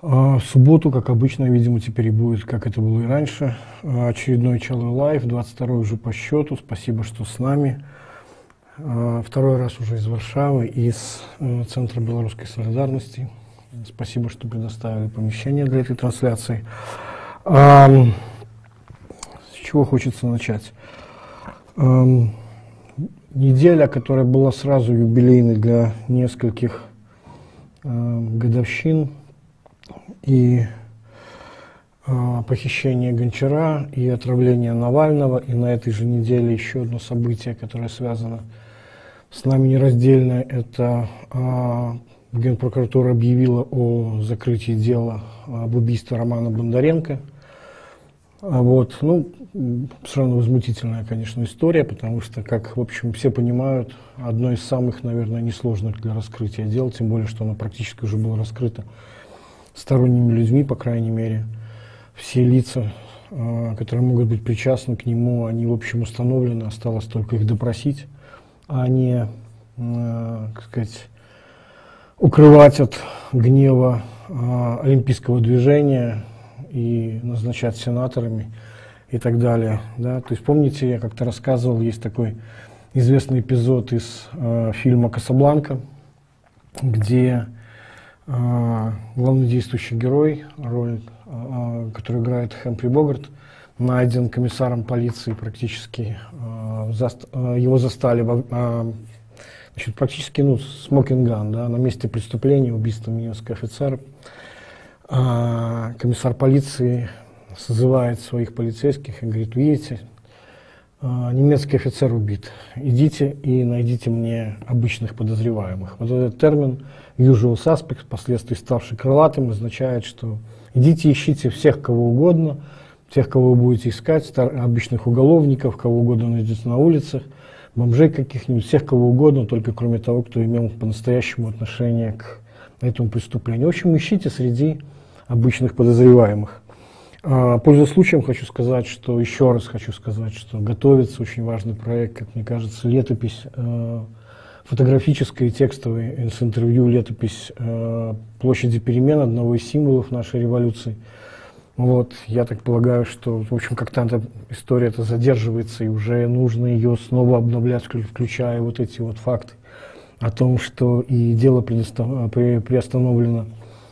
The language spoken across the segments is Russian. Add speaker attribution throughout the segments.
Speaker 1: В субботу, как обычно, видимо, теперь и будет, как это было и раньше. Очередной Человек Лайв, 22-й уже по счету. Спасибо, что с нами. Второй раз уже из Варшавы, из Центра белорусской солидарности. Спасибо, что предоставили помещение для этой трансляции. С чего хочется начать? Неделя, которая была сразу юбилейной для нескольких годовщин, и похищение Гончара, и отравление Навального, и на этой же неделе еще одно событие, которое связано с нами нераздельно, это Генпрокуратура объявила о закрытии дела об убийстве Романа Бондаренко. Вот. Ну, все равно возмутительная, конечно, история, потому что, как, в общем, все понимают, одно из самых, наверное, несложных для раскрытия дел, тем более, что оно практически уже было раскрыто сторонними людьми, по крайней мере. Все лица, которые могут быть причастны к нему, они, в общем, установлены, осталось только их допросить, а не, так сказать, укрывать от гнева олимпийского движения и назначать сенаторами и так далее. Да? То есть, помните, я как-то рассказывал, есть такой известный эпизод из фильма «Касабланка», где главный действующий герой, роль, которую играет Хэмфри Богарт, найден комиссаром полиции практически, его застали, значит, практически, smoking gun, да, на месте преступления, убийства немецкого офицера. Комиссар полиции созывает своих полицейских и говорит: видите, немецкий офицер убит, идите и найдите мне обычных подозреваемых. Вот этот термин usual suspects, впоследствии ставший крылатым, означает, что идите ищите всех, кого угодно, тех, кого вы будете искать, обычных уголовников, кого угодно найдете на улицах, бомжей каких-нибудь, всех, кого угодно, только кроме того, кто имел по-настоящему отношение к этому преступлению. В общем, ищите среди обычных подозреваемых. Пользуясь случаем, хочу сказать, что еще раз хочу сказать, что готовится очень важный проект, как мне кажется, летопись, фотографическая и текстовая с интервью, летопись площади перемен, одного из символов нашей революции. Вот, я так полагаю, что, в общем, как-то эта история это задерживается, и уже нужно ее снова обновлять, включая вот эти вот факты о том, что и дело приостановлено.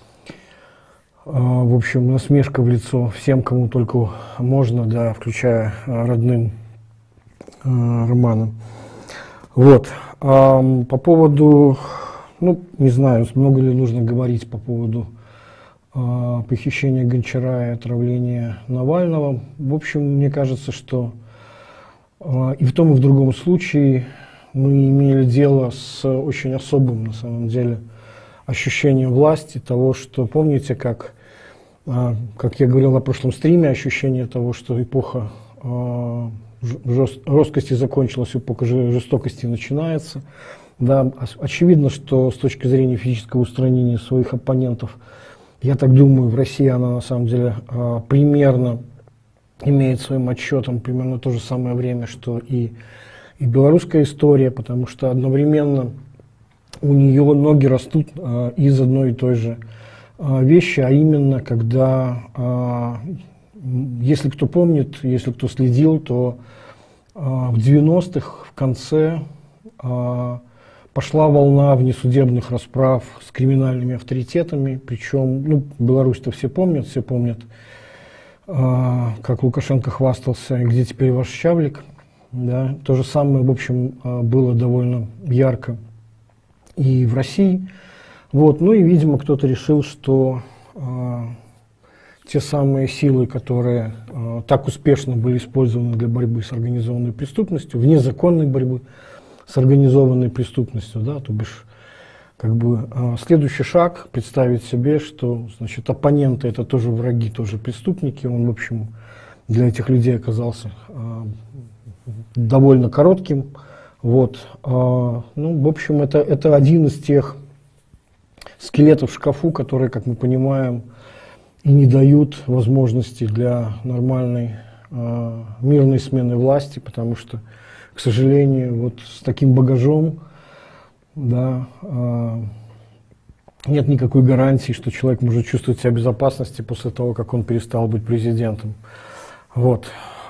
Speaker 1: В общем, насмешка в лицо всем, кому только можно, да, включая родным Романа. Вот. По поводу, ну, не знаю, много ли нужно говорить по поводу похищения Гончара и отравления Навального. В общем, мне кажется, что и в том, и в другом случае мы имели дело с очень особым, на самом деле, ощущением власти, того, что, помните, как я говорил на прошлом стриме, ощущение того, что эпоха жесткости закончилась, эпоха жестокости начинается. Да, очевидно, что с точки зрения физического устранения своих оппонентов, я так думаю, в России она на самом деле примерно имеет своим отчетом примерно то же самое время, что и белорусская история, потому что одновременно у нее ноги растут из одной и той же вещи, а именно, когда, если кто помнит, если кто следил, то в 90-х, в конце, пошла волна внесудебных расправ с криминальными авторитетами, причем, ну, Беларусь-то все помнят, как Лукашенко хвастался, где теперь ваш Щавлик, да, то же самое, в общем, было довольно ярко и в России. Вот. Ну и, видимо, кто-то решил, что те самые силы, которые так успешно были использованы для борьбы с организованной преступностью, вне законной борьбы с организованной преступностью, да, то бишь, как бы, следующий шаг представить себе, что, значит, оппоненты это тоже враги, тоже преступники. Он, в общем, для этих людей оказался довольно коротким. Вот. Ну, в общем, это один из тех скелетов в шкафу, которые, как мы понимаем, и не дают возможности для нормальной мирной смены власти, потому что, к сожалению, вот с таким багажом, да, нет никакой гарантии, что человек может чувствовать себя в безопасности после того, как он перестал быть президентом. Вот.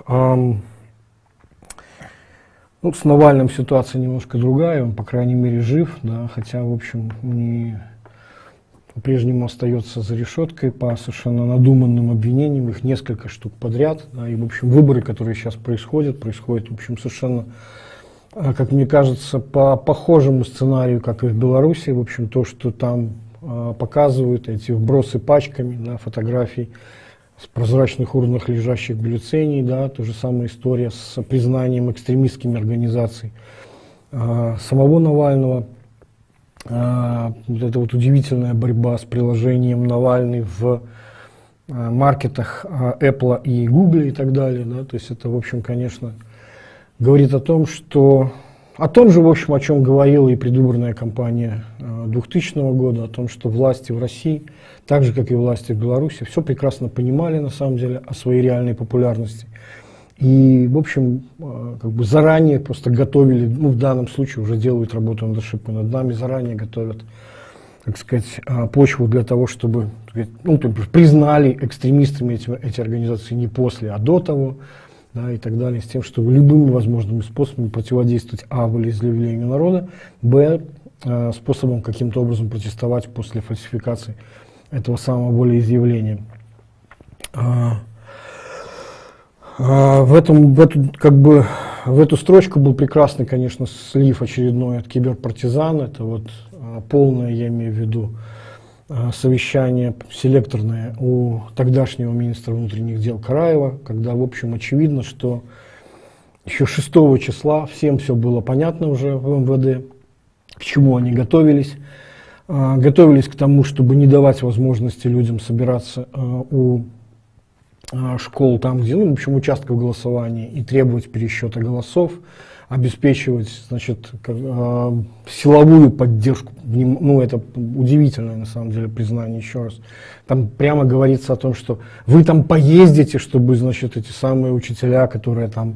Speaker 1: Ну, с Навальным ситуация немножко другая, он, по крайней мере, жив, да, хотя, в общем, по-прежнему остается за решеткой по совершенно надуманным обвинениям, их несколько штук подряд, да, и, в общем, выборы, которые сейчас происходят, в общем, совершенно, как мне кажется, по похожему сценарию, как и в Беларуси, в общем, то, что там показывают, эти вбросы пачками, да, фотографий с прозрачных урнах лежащих бюллетеней, да, та же самая история с признанием экстремистскими организаций самого Навального. Вот эта вот удивительная борьба с приложением Навальный в маркетах Apple и Google и так далее, да, то есть это, в общем, конечно, говорит о том, что о том же, в общем, о чем говорила и предвыборная кампания 2000 года, о том, что власти в России, так же, как и власти в Беларуси, все прекрасно понимали, на самом деле, о своей реальной популярности. И, в общем, как бы заранее просто готовили, ну, в данном случае уже делают работу над ошибкой над нами, заранее готовят, так сказать, почву для того, чтобы, ну, признали экстремистами эти организации не после, а до того, да, и так далее, с тем, чтобы любыми возможными способами противодействовать волеизъявлению народа, способом каким-то образом протестовать после фальсификации этого самого волеизъявления. В эту строчку был прекрасный, конечно, слив очередной от киберпартизан. Это вот полное, я имею в виду, совещание селекторное у тогдашнего министра внутренних дел Караева, когда, в общем, очевидно, что еще 6 числа всем все было понятно уже в МВД, к чему они готовились. Готовились к тому, чтобы не давать возможности людям собираться у школ, там, где, ну, в общем, участков голосования, и требовать пересчета голосов, обеспечивать, значит, силовую поддержку. Ну, это удивительное, на самом деле, признание, еще раз. Там прямо говорится о том, что вы там поездите, чтобы, значит, эти самые учителя, которые там,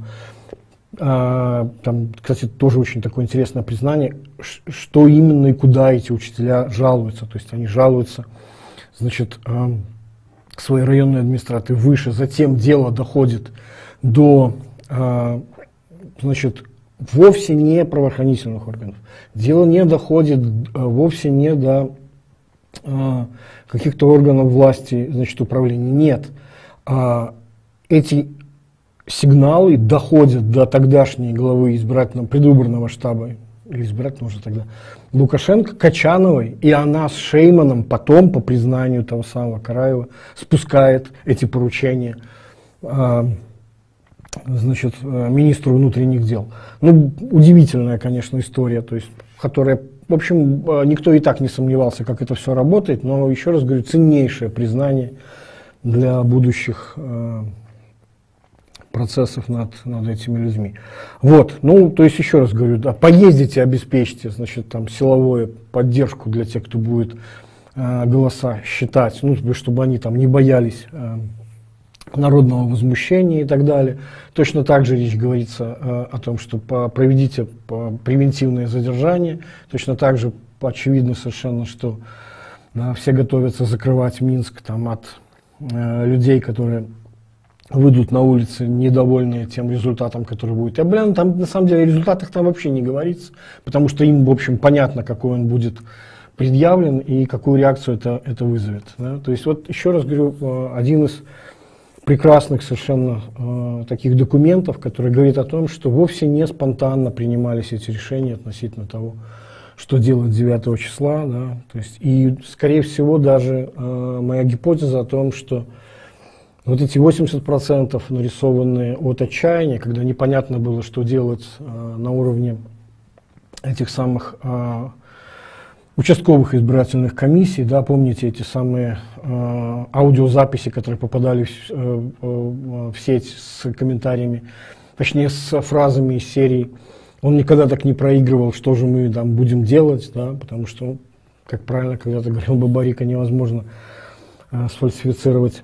Speaker 1: кстати, тоже очень такое интересное признание, что именно и куда эти учителя жалуются. То есть они жалуются, значит, своей районной администрации выше, затем дело доходит до, значит, вовсе не правоохранительных органов. Дело не доходит вовсе не до каких-то органов власти, значит, управления. Нет. Эти сигналы доходят до тогдашней главы предвыборного штаба, или избирательного уже тогда, Лукашенко, Качановой, и она с Шейманом потом, по признанию того самого Караева, спускает эти поручения, значит, министру внутренних дел. Ну, удивительная, конечно, история, то есть, которая, в общем, никто и так не сомневался, как это все работает, но, еще раз говорю, ценнейшее признание для будущих процессов над этими людьми. Вот, ну, то есть, еще раз говорю, да, поездите, обеспечьте, значит, там, силовую поддержку для тех, кто будет голоса считать, ну, чтобы они там не боялись народного возмущения и так далее. Точно так же речь говорится о том, что проведите превентивное задержание, точно так же очевидно совершенно, что все готовятся закрывать Минск там, от людей, которые выйдут на улицы недовольные тем результатом, который будет. Там на самом деле о результатах там вообще не говорится, потому что им, в общем, понятно, какой он будет предъявлен и какую реакцию это вызовет. Да? То есть, вот еще раз говорю, один из прекрасных совершенно таких документов, который говорит о том, что вовсе не спонтанно принимались эти решения относительно того, что делать 9 числа. Да? То есть, и, скорее всего, даже моя гипотеза о том, что вот эти 80% нарисованные от отчаяния, когда непонятно было, что делать на уровне этих самых участковых избирательных комиссий, да, помните эти самые аудиозаписи, которые попадали в сеть с комментариями, точнее с фразами из серии «Он никогда так не проигрывал, что же мы там будем делать», да, потому что, как правильно когда-то говорил Бабарика, невозможно сфальсифицировать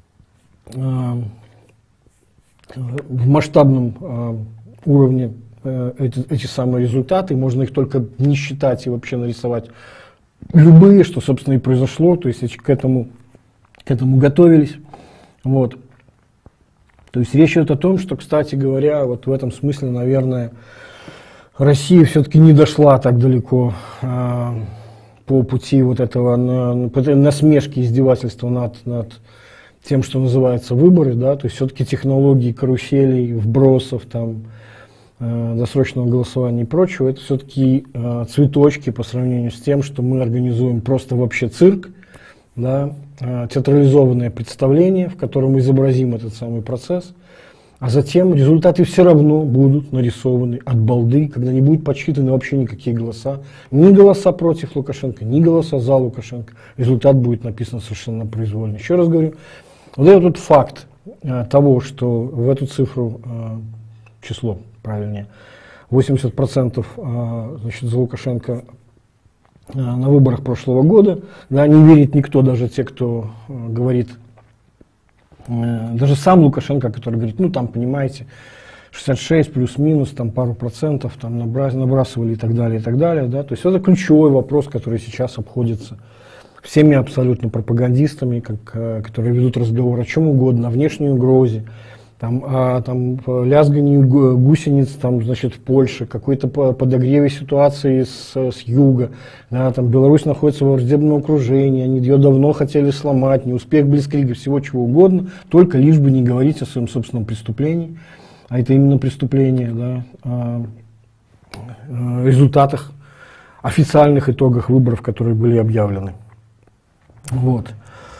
Speaker 1: в масштабном уровне эти самые результаты, можно их только не считать и вообще нарисовать любые, что, собственно, и произошло, то есть к этому готовились. Вот. То есть речь идет о том, что, кстати говоря, вот в этом смысле, наверное, Россия все-таки не дошла так далеко по пути вот этого насмешки, издевательства над тем, что называется выборы, да, то есть все-таки технологии каруселей, вбросов, там, досрочного голосования и прочего, это все-таки цветочки по сравнению с тем, что мы организуем просто вообще цирк, да, театрализованное представление, в котором мы изобразим этот самый процесс, а затем результаты все равно будут нарисованы от балды, когда не будут подсчитаны вообще никакие голоса, ни голоса против Лукашенко, ни голоса за Лукашенко. Результат будет написан совершенно произвольно. Еще раз говорю, вот этот факт того, что в эту цифру, число правильнее, 80% значит, за Лукашенко на выборах прошлого года, да, не верит никто, даже те, кто говорит, даже сам Лукашенко, который говорит, ну там, понимаете, 66 плюс-минус, там пару процентов там набрасывали и так далее, да, то есть это ключевой вопрос, который сейчас обходится всеми абсолютно пропагандистами, которые ведут разговор о чем угодно, о внешней угрозе, там лязганию гусениц там, значит, в Польше, какой-то подогреве ситуации с юга, да, там Беларусь находится во враждебном окружении, они ее давно хотели сломать, неуспех Блицкрига, всего чего угодно, только лишь бы не говорить о своем собственном преступлении, а это именно преступление, да, о результатах, официальных итогах выборов, которые были объявлены. Вот.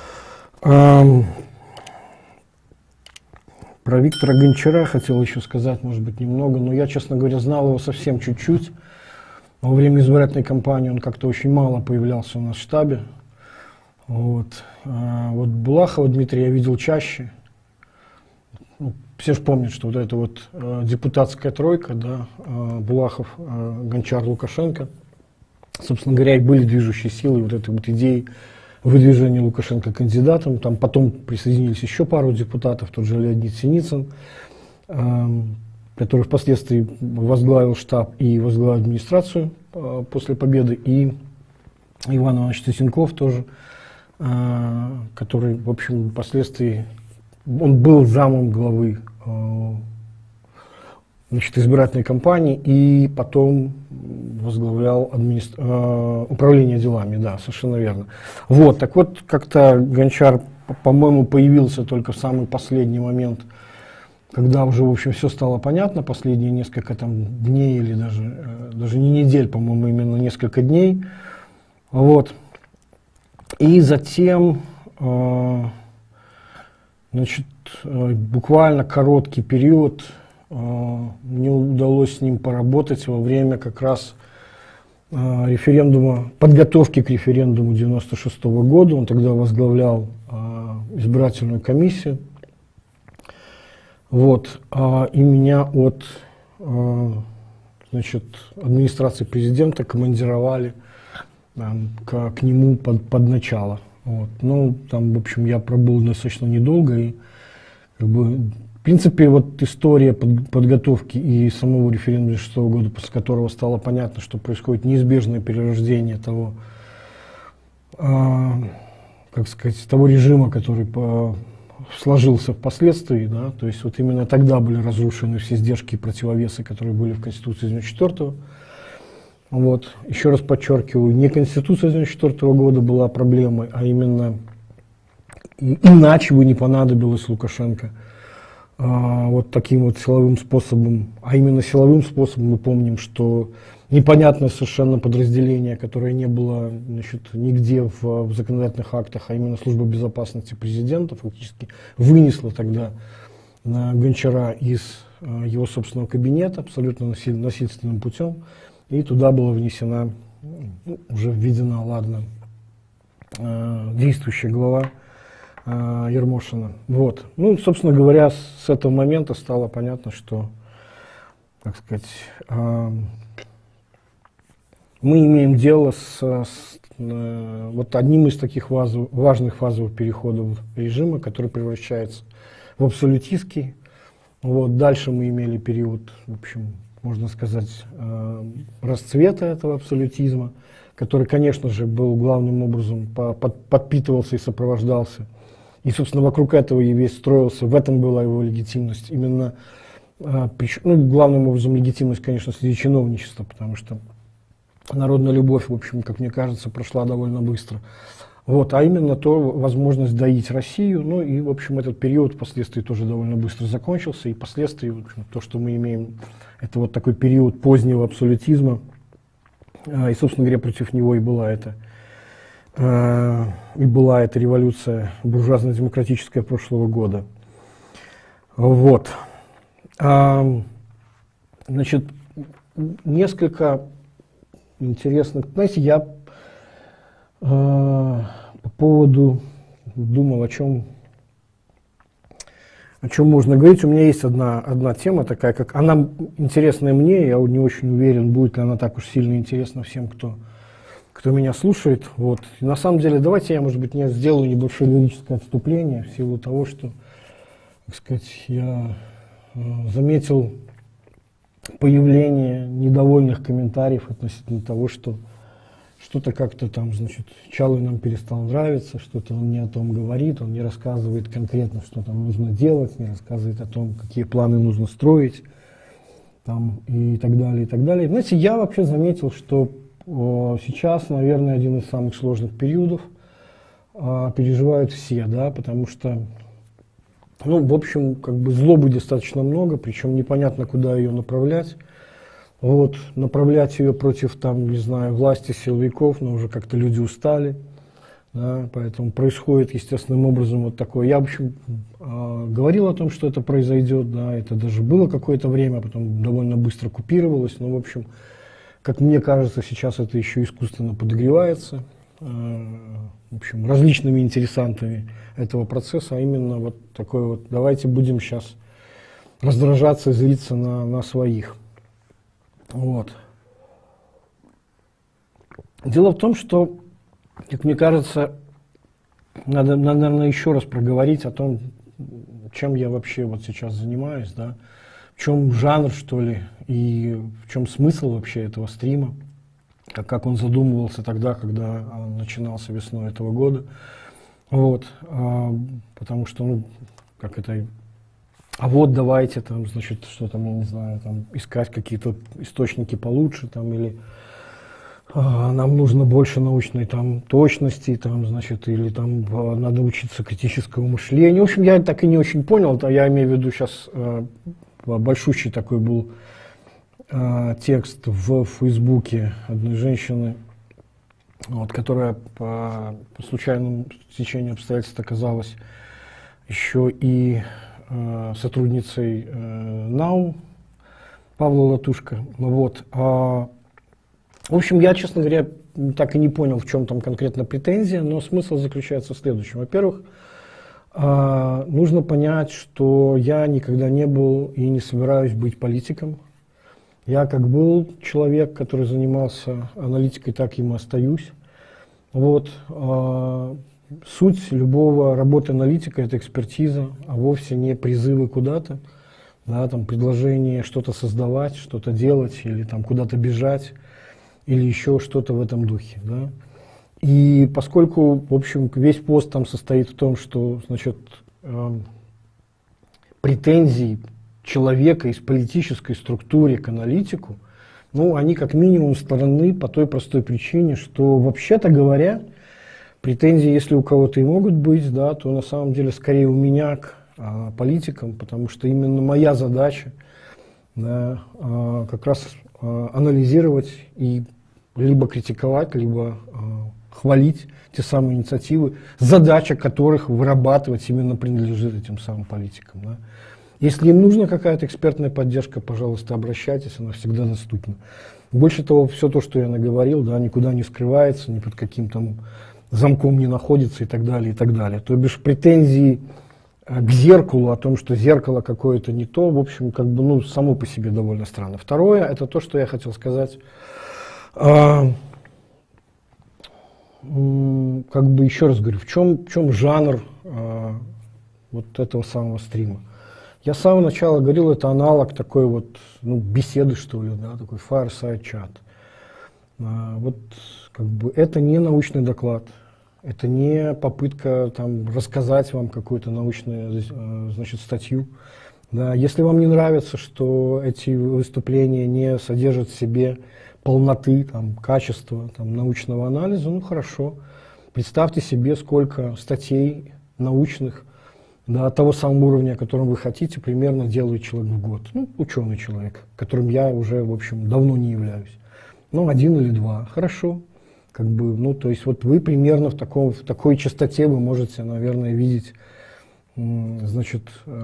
Speaker 1: Про Виктора Гончара хотел еще сказать, может быть, немного, но я, честно говоря, знал его совсем чуть-чуть. Во время избирательной кампании он как-то очень мало появлялся у нас в штабе. Вот Булахова Дмитрия я видел чаще. Ну, все же помнят, что вот эта вот депутатская тройка, да, Булахов, Гончар, Лукашенко, собственно говоря, и были движущие силы вот этой вот идеи выдвижения Лукашенко кандидатом. Там потом присоединились еще пару депутатов, тот же Леонид Синицын, который впоследствии возглавил штаб и возглавил администрацию после победы, и Иван Иванович Тысенков тоже, который, в общем, впоследствии, он был замом главы значит, избирательной кампании и потом возглавлял управление делами, да, совершенно верно. Вот, так вот, как-то Гончар, по-моему, появился только в самый последний момент, когда уже, в общем, все стало понятно, последние несколько там дней или даже не недель, по-моему, именно несколько дней. Вот. И затем, значит, буквально короткий период мне удалось с ним поработать во время как раз референдума, подготовки к референдуму 96 года. Он тогда возглавлял избирательную комиссию. Вот. И меня от значит, администрации президента командировали к нему под начало. Вот. Ну, там, в общем, я пробыл достаточно недолго, и как бы, в принципе, вот история подготовки и самого референдума 2006 года, после которого стало понятно, что происходит неизбежное перерождение того, как сказать, того режима, который сложился впоследствии, да, то есть вот именно тогда были разрушены все сдержки и противовесы, которые были в Конституции 1994 года. Вот. Еще раз подчеркиваю, не Конституция 1994 года была проблемой, а именно иначе бы не понадобилось Лукашенко вот таким вот силовым способом. А именно силовым способом мы помним, что непонятное совершенно подразделение, которое не было, значит, нигде в законодательных актах, а именно Служба безопасности президента, фактически вынесла тогда Гончара из его собственного кабинета абсолютно насильственным путем. И туда была внесена, уже введена, ладно, действующая глава Ермошина. Вот. Ну, собственно говоря, с этого момента стало понятно, что, так сказать, мы имеем дело с вот одним из таких важных фазовых переходов режима, который превращается в абсолютистский. Вот. Дальше мы имели период, в общем, можно сказать, расцвета этого абсолютизма, который, конечно же, был главным образом подпитывался и сопровождался. И, собственно, вокруг этого и весь строился, в этом была его легитимность. Именно, главным образом легитимность, конечно, среди чиновничества, потому что народная любовь, в общем, как мне кажется, прошла довольно быстро. Вот, а именно то возможность доить Россию, ну и, в общем, этот период впоследствии тоже довольно быстро закончился, и впоследствии, в общем, то, что мы имеем, это вот такой период позднего абсолютизма, и, собственно говоря, против него и была эта революция буржуазно-демократическая прошлого года. Вот. Значит, несколько интересных, знаете, я по поводу думал, о чем можно говорить. У меня есть одна тема такая, как она интересная мне, я не очень уверен, будет ли она так уж сильно интересна всем, кто меня слушает. Вот. И на самом деле, давайте я, может быть, не сделаю небольшое лирическое отступление в силу того, что, так сказать, я заметил появление недовольных комментариев относительно того, что что-то как-то там, значит, Чалый нам перестал нравиться, что-то он не о том говорит, он не рассказывает конкретно, что там нужно делать, не рассказывает о том, какие планы нужно строить, там, и так далее, и так далее. Знаете, я вообще заметил, что сейчас, наверное, один из самых сложных периодов переживают все, да, потому что, ну, в общем, как бы злобы достаточно много, причем непонятно, куда ее направлять. Вот, направлять ее против, там, не знаю, власти, силовиков, но уже как-то люди устали, да, поэтому происходит естественным образом вот такое. Я, в общем, говорил о том, что это произойдет, да, это даже было какое-то время, потом довольно быстро купировалось, но, в общем, как мне кажется, сейчас это еще искусственно подогревается, в общем, различными интересантами этого процесса, а именно вот такой вот, давайте будем сейчас раздражаться, злиться на своих. Вот. Дело в том, что, как мне кажется, надо, наверное, еще раз проговорить о том, чем я вообще вот сейчас занимаюсь, да, в чем жанр, что ли, и в чем смысл вообще этого стрима, как он задумывался тогда, когда он начинался весной этого года. Вот. Потому что, ну, как это... А вот давайте там, значит, что там, я не знаю, там, искать какие-то источники получше, там, или нам нужно больше научной там точности, там, значит, или там надо учиться критическому мышлению. В общем, я так и не очень понял, я имею в виду сейчас большущий такой был текст в Фейсбуке одной женщины, вот, которая по случайному стечению обстоятельств оказалась еще и сотрудницей НАУ, Павла Латушко. Вот. В общем, я, честно говоря, так и не понял, в чем там конкретно претензия, но смысл заключается в следующем. Во-первых, нужно понять, что я никогда не был и не собираюсь быть политиком. Я как был человек, который занимался аналитикой, так им и остаюсь. Вот. Суть любого работы аналитика – это экспертиза, а вовсе не призывы куда-то, да, там, предложение что-то создавать, что-то делать или там, куда-то бежать, или еще что-то в этом духе. Да. И поскольку, в общем, весь пост там состоит в том, что, значит, претензии человека из политической структуры к аналитику, ну, они как минимум странны по той простой причине, что, вообще-то говоря, претензии, если у кого-то и могут быть, да, то на самом деле скорее у меня к политикам, потому что именно моя задача, да, как раз анализировать и либо критиковать, либо хвалить те самые инициативы, задача которых вырабатывать именно принадлежит этим самым политикам. Да. Если им нужна какая-то экспертная поддержка, пожалуйста, обращайтесь, она всегда доступна. Больше того, все то, что я наговорил, да, никуда не скрывается, ни под каким там замком не находится и так далее, и так далее. То бишь претензии к зеркалу о том, что зеркало какое-то не то, в общем, как бы, ну, само по себе довольно странно. Второе, это то, что я хотел сказать, как бы еще раз говорю, в чем жанр вот этого самого стрима. Я с самого начала говорил, это аналог такой вот, ну, беседы, что ли, да, такой fireside chat. Вот как бы это не научный доклад, это не попытка там рассказать вам какую-то научную, значит, статью. Да, если вам не нравится, что эти выступления не содержат в себе полноты, там, качества там, научного анализа, ну хорошо. Представьте себе, сколько статей научных, да, того самого уровня, о котором вы хотите, примерно делает человек в год. Ну, ученый человек, которым я уже, в общем, давно не являюсь. Ну, 1 или 2, хорошо. Как бы, ну, то есть вот вы примерно в такой частоте вы можете, наверное, видеть, значит,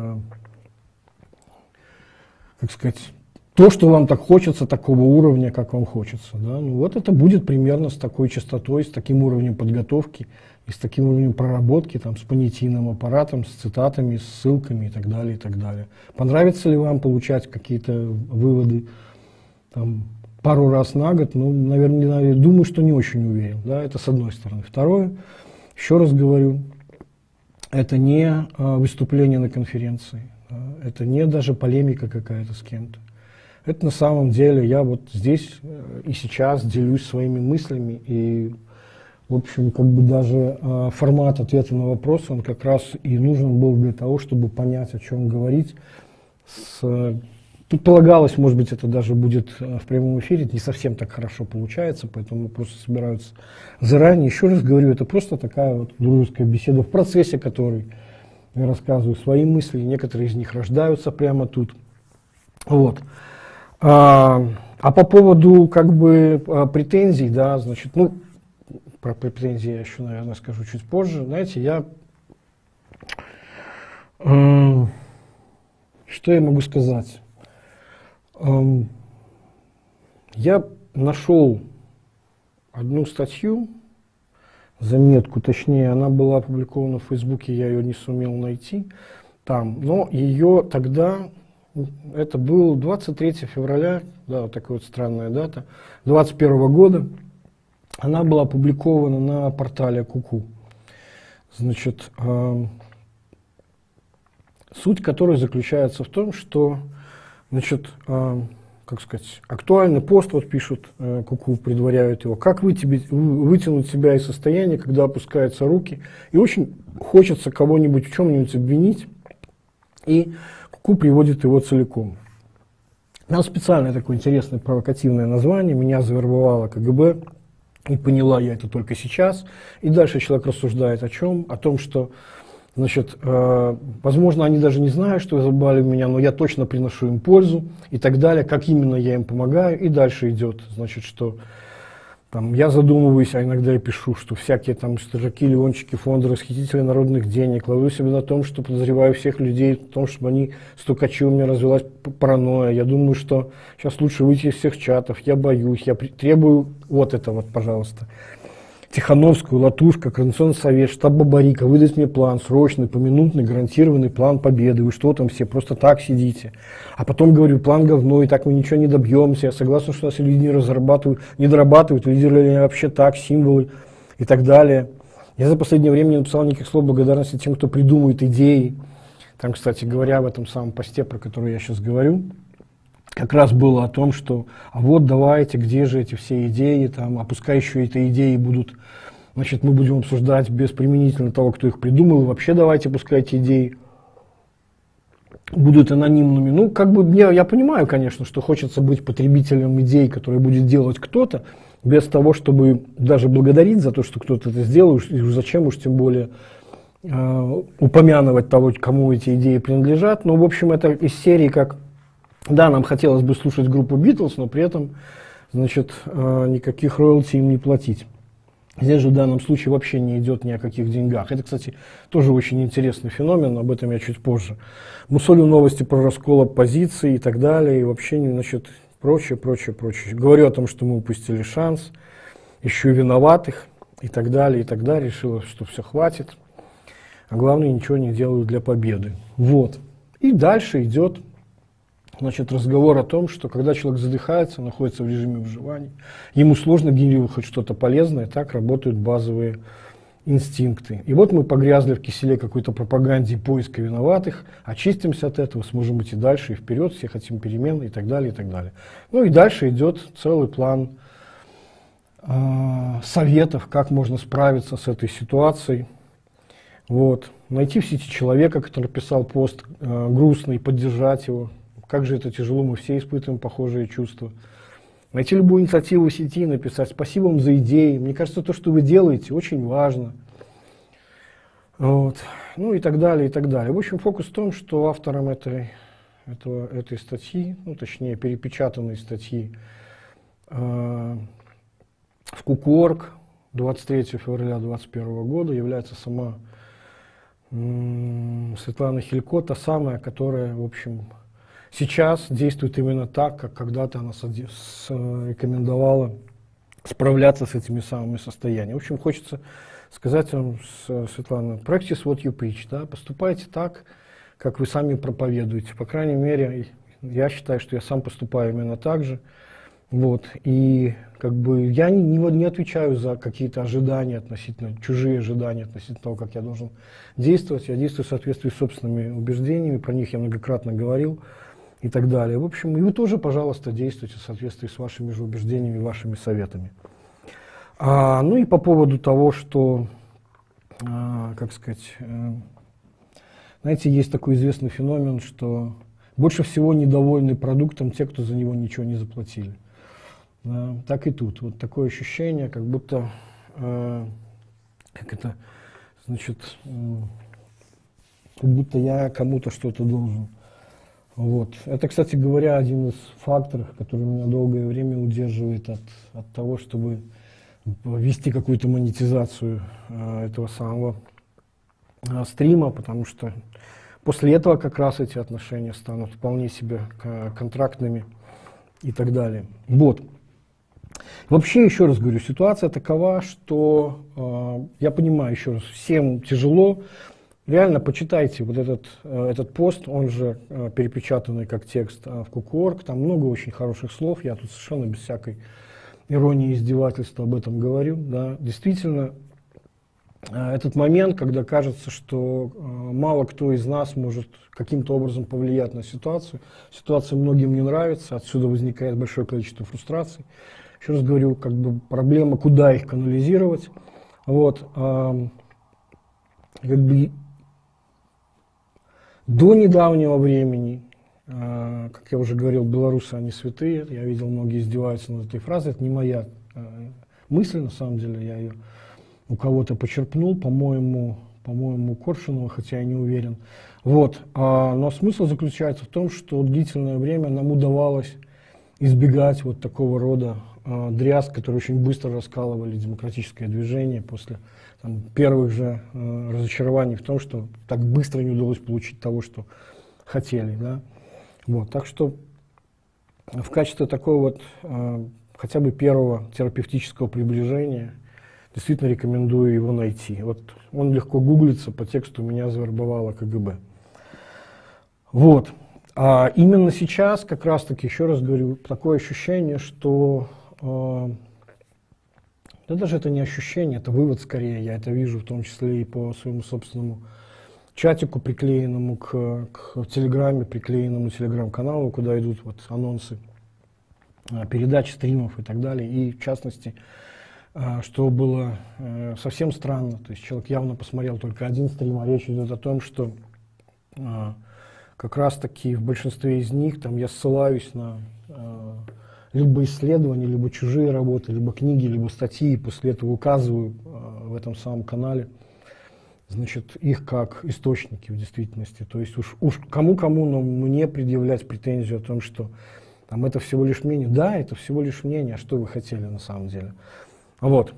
Speaker 1: как сказать, то, что вам так хочется, такого уровня, как вам хочется. Да? Ну, вот это будет примерно с такой частотой, с таким уровнем подготовки и с таким уровнем проработки, там, с понятийным аппаратом, с цитатами, с ссылками и так далее, и так далее. Понравится ли вам получать какие-то выводы там, пару раз на год? Ну, наверное, думаю, что не очень уверен. Да? Это с одной стороны. Второе, еще раз говорю, это не выступление на конференции, да? Это не даже полемика какая-то с кем-то. Это на самом деле я вот здесь и сейчас делюсь своими мыслями, и, в общем, как бы даже формат ответа на вопрос, он как раз и нужен был для того, чтобы понять, о чем говорить. Предполагалось, может быть, это даже будет в прямом эфире, не совсем так хорошо получается, поэтому вопросы собираются заранее. Еще раз говорю, это просто такая вот дружеская беседа, в процессе которой я рассказываю свои мысли, некоторые из них рождаются прямо тут. Вот. А по поводу как бы претензий, да, значит, ну, про претензии я еще, наверное, скажу чуть позже. Знаете, что я могу сказать? Я нашел одну статью, заметку, точнее, она была опубликована в Фейсбуке, я ее не сумел найти там, но ее тогда... Это был 23 февраля, да, вот такая вот странная дата, 2021 года. Она была опубликована на портале Ку-ку. Значит, суть которой заключается в том, что, значит, как сказать, актуальный пост, вот пишут Ку-ку, предваряют его, как вытянуть себя из состояния, когда опускаются руки, и очень хочется кого-нибудь в чем-нибудь обвинить, и Ку приводит его целиком. Там специальное такое интересное провокативное название, меня завербовало КГБ, и поняла я это только сейчас. И дальше человек рассуждает о чем? О том, что, значит, возможно, они даже не знают, что завербовали меня, но я точно приношу им пользу и так далее, как именно я им помогаю. И дальше идет, значит, что там, я задумываюсь, а иногда я пишу, что всякие там стажаки, леончики, фонды, расхитители народных денег, ловлю себя на том, что подозреваю всех людей в том, чтобы они стукачи, у меня развилась паранойя. Я думаю, что сейчас лучше выйти из всех чатов, я боюсь, я требую вот это вот, пожалуйста. Тихановскую, Латушка, Координационный совет, штаб Бабарика, выдать мне план, срочный, поминутный, гарантированный план победы. Вы что там все, просто так сидите? А потом говорю, план говно, и так мы ничего не добьемся. Я согласен, что нас люди не дорабатывают, лидеры вообще так, символы и так далее. Я за последнее время не написал никаких слов благодарности тем, кто придумывает идеи. Там, кстати говоря, в этом самом посте, про который я сейчас говорю, как раз было о том, что а вот давайте, где же эти все идеи, там, а пускай еще эти идеи будут, значит, мы будем обсуждать без применительно того, кто их придумал, и вообще давайте, пускай эти идеи будут анонимными. Ну, как бы я понимаю, конечно, что хочется быть потребителем идей, которые будет делать кто-то, без того, чтобы даже благодарить за то, что кто-то это сделал, и зачем уж тем более упомянуть того, кому эти идеи принадлежат. Но, в общем, это из серии как... Да, нам хотелось бы слушать группу Beatles, но при этом, значит, никаких роялти им не платить. Здесь же в данном случае вообще не идет ни о каких деньгах. Это, кстати, тоже очень интересный феномен, об этом я чуть позже. Мусолю новости про раскол оппозиции и так далее, и вообще, значит, прочее. Говорю о том, что мы упустили шанс, ищу виноватых и так далее, решила, что все хватит. А главное, ничего не делаю для победы. Вот. И дальше идет... Значит, разговор о том, что когда человек задыхается, находится в режиме выживания, ему сложно генерировать хоть что-то полезное, так работают базовые инстинкты. И вот мы погрязли в киселе какой-то пропаганде и поиска виноватых, очистимся от этого, сможем идти дальше и вперед, все хотим перемен и так далее, и так далее. Ну и дальше идет целый план советов, как можно справиться с этой ситуацией. Вот. Найти в сети человека, который писал пост грустный, поддержать его. Как же это тяжело, мы все испытываем похожие чувства. Найти любую инициативу в сети и написать «Спасибо вам за идеи, мне кажется, то, что вы делаете, очень важно». Вот. Ну и так далее, и так далее. В общем, фокус в том, что автором этой статьи, ну точнее перепечатанной статьи в Кукуорг 23 февраля 2021 года является сама Светлана Хилько, та самая, которая, в общем, сейчас действует именно так, как когда-то она рекомендовала справляться с этими самыми состояниями. В общем, хочется сказать вам, Светлана, practice what you preach, да? Поступайте так, как вы сами проповедуете. По крайней мере, я считаю, что я сам поступаю именно так же. Вот. И как бы я не отвечаю за какие-то ожидания относительно, чужие ожидания относительно того, как я должен действовать. Я действую в соответствии с собственными убеждениями, про них я многократно говорил и так далее. В общем, и вы тоже, пожалуйста, действуйте в соответствии с вашими же убеждениями, вашими советами. Ну и по поводу того, что, как сказать, знаете, есть такой известный феномен, что больше всего недовольны продуктом те, кто за него ничего не заплатили. Так и тут. Вот такое ощущение, как будто, как будто я кому-то что-то должен. Вот. Это, кстати говоря, один из факторов, который меня долгое время удерживает от того, чтобы ввести какую-то монетизацию этого самого стрима, потому что после этого как раз эти отношения станут вполне себе контрактными и так далее. Вот. Вообще, еще раз говорю, ситуация такова, что я понимаю, еще раз, всем тяжело. Реально почитайте вот этот пост, он же перепечатанный как текст в Кукуорг, там много очень хороших слов, я тут совершенно без всякой иронии и издевательства об этом говорю. Да. Действительно, этот момент, когда кажется, что мало кто из нас может каким-то образом повлиять на ситуацию, ситуация многим не нравится, отсюда возникает большое количество фрустраций. Еще раз говорю, как бы проблема, куда их канализировать. Вот, как бы до недавнего времени, как я уже говорил, белорусы, они святые. Я видел, многие издеваются над этой фразой. Это не моя мысль, на самом деле, я ее у кого-то почерпнул, по-моему, Коршунова, хотя я не уверен. Вот. Но смысл заключается в том, что длительное время нам удавалось избегать вот такого рода дрязг, которые очень быстро раскалывали демократическое движение после первых же разочарований в том, что так быстро не удалось получить того, что хотели. Да? Вот. Так что в качестве такого вот хотя бы первого терапевтического приближения действительно рекомендую его найти. Вот он легко гуглится, по тексту «Меня завербовало КГБ». Вот. А именно сейчас, как раз таки, еще раз говорю, такое ощущение, что да даже это не ощущение, это вывод скорее, я это вижу в том числе и по своему собственному чатику, приклеенному к Телеграме, приклеенному Телеграм-каналу, куда идут вот анонсы передач, стримов и так далее. И в частности, что было совсем странно, то есть человек явно посмотрел только один стрим, а речь идет о том, что как раз таки в большинстве из них там я ссылаюсь на либо исследования, либо чужие работы, либо книги, либо статьи, и после этого указываю в этом самом канале, значит, их как источники в действительности. То есть уж кому-кому, но мне предъявлять претензию о том, что там это всего лишь мнение. Да, это всего лишь мнение, а что вы хотели на самом деле? Вот.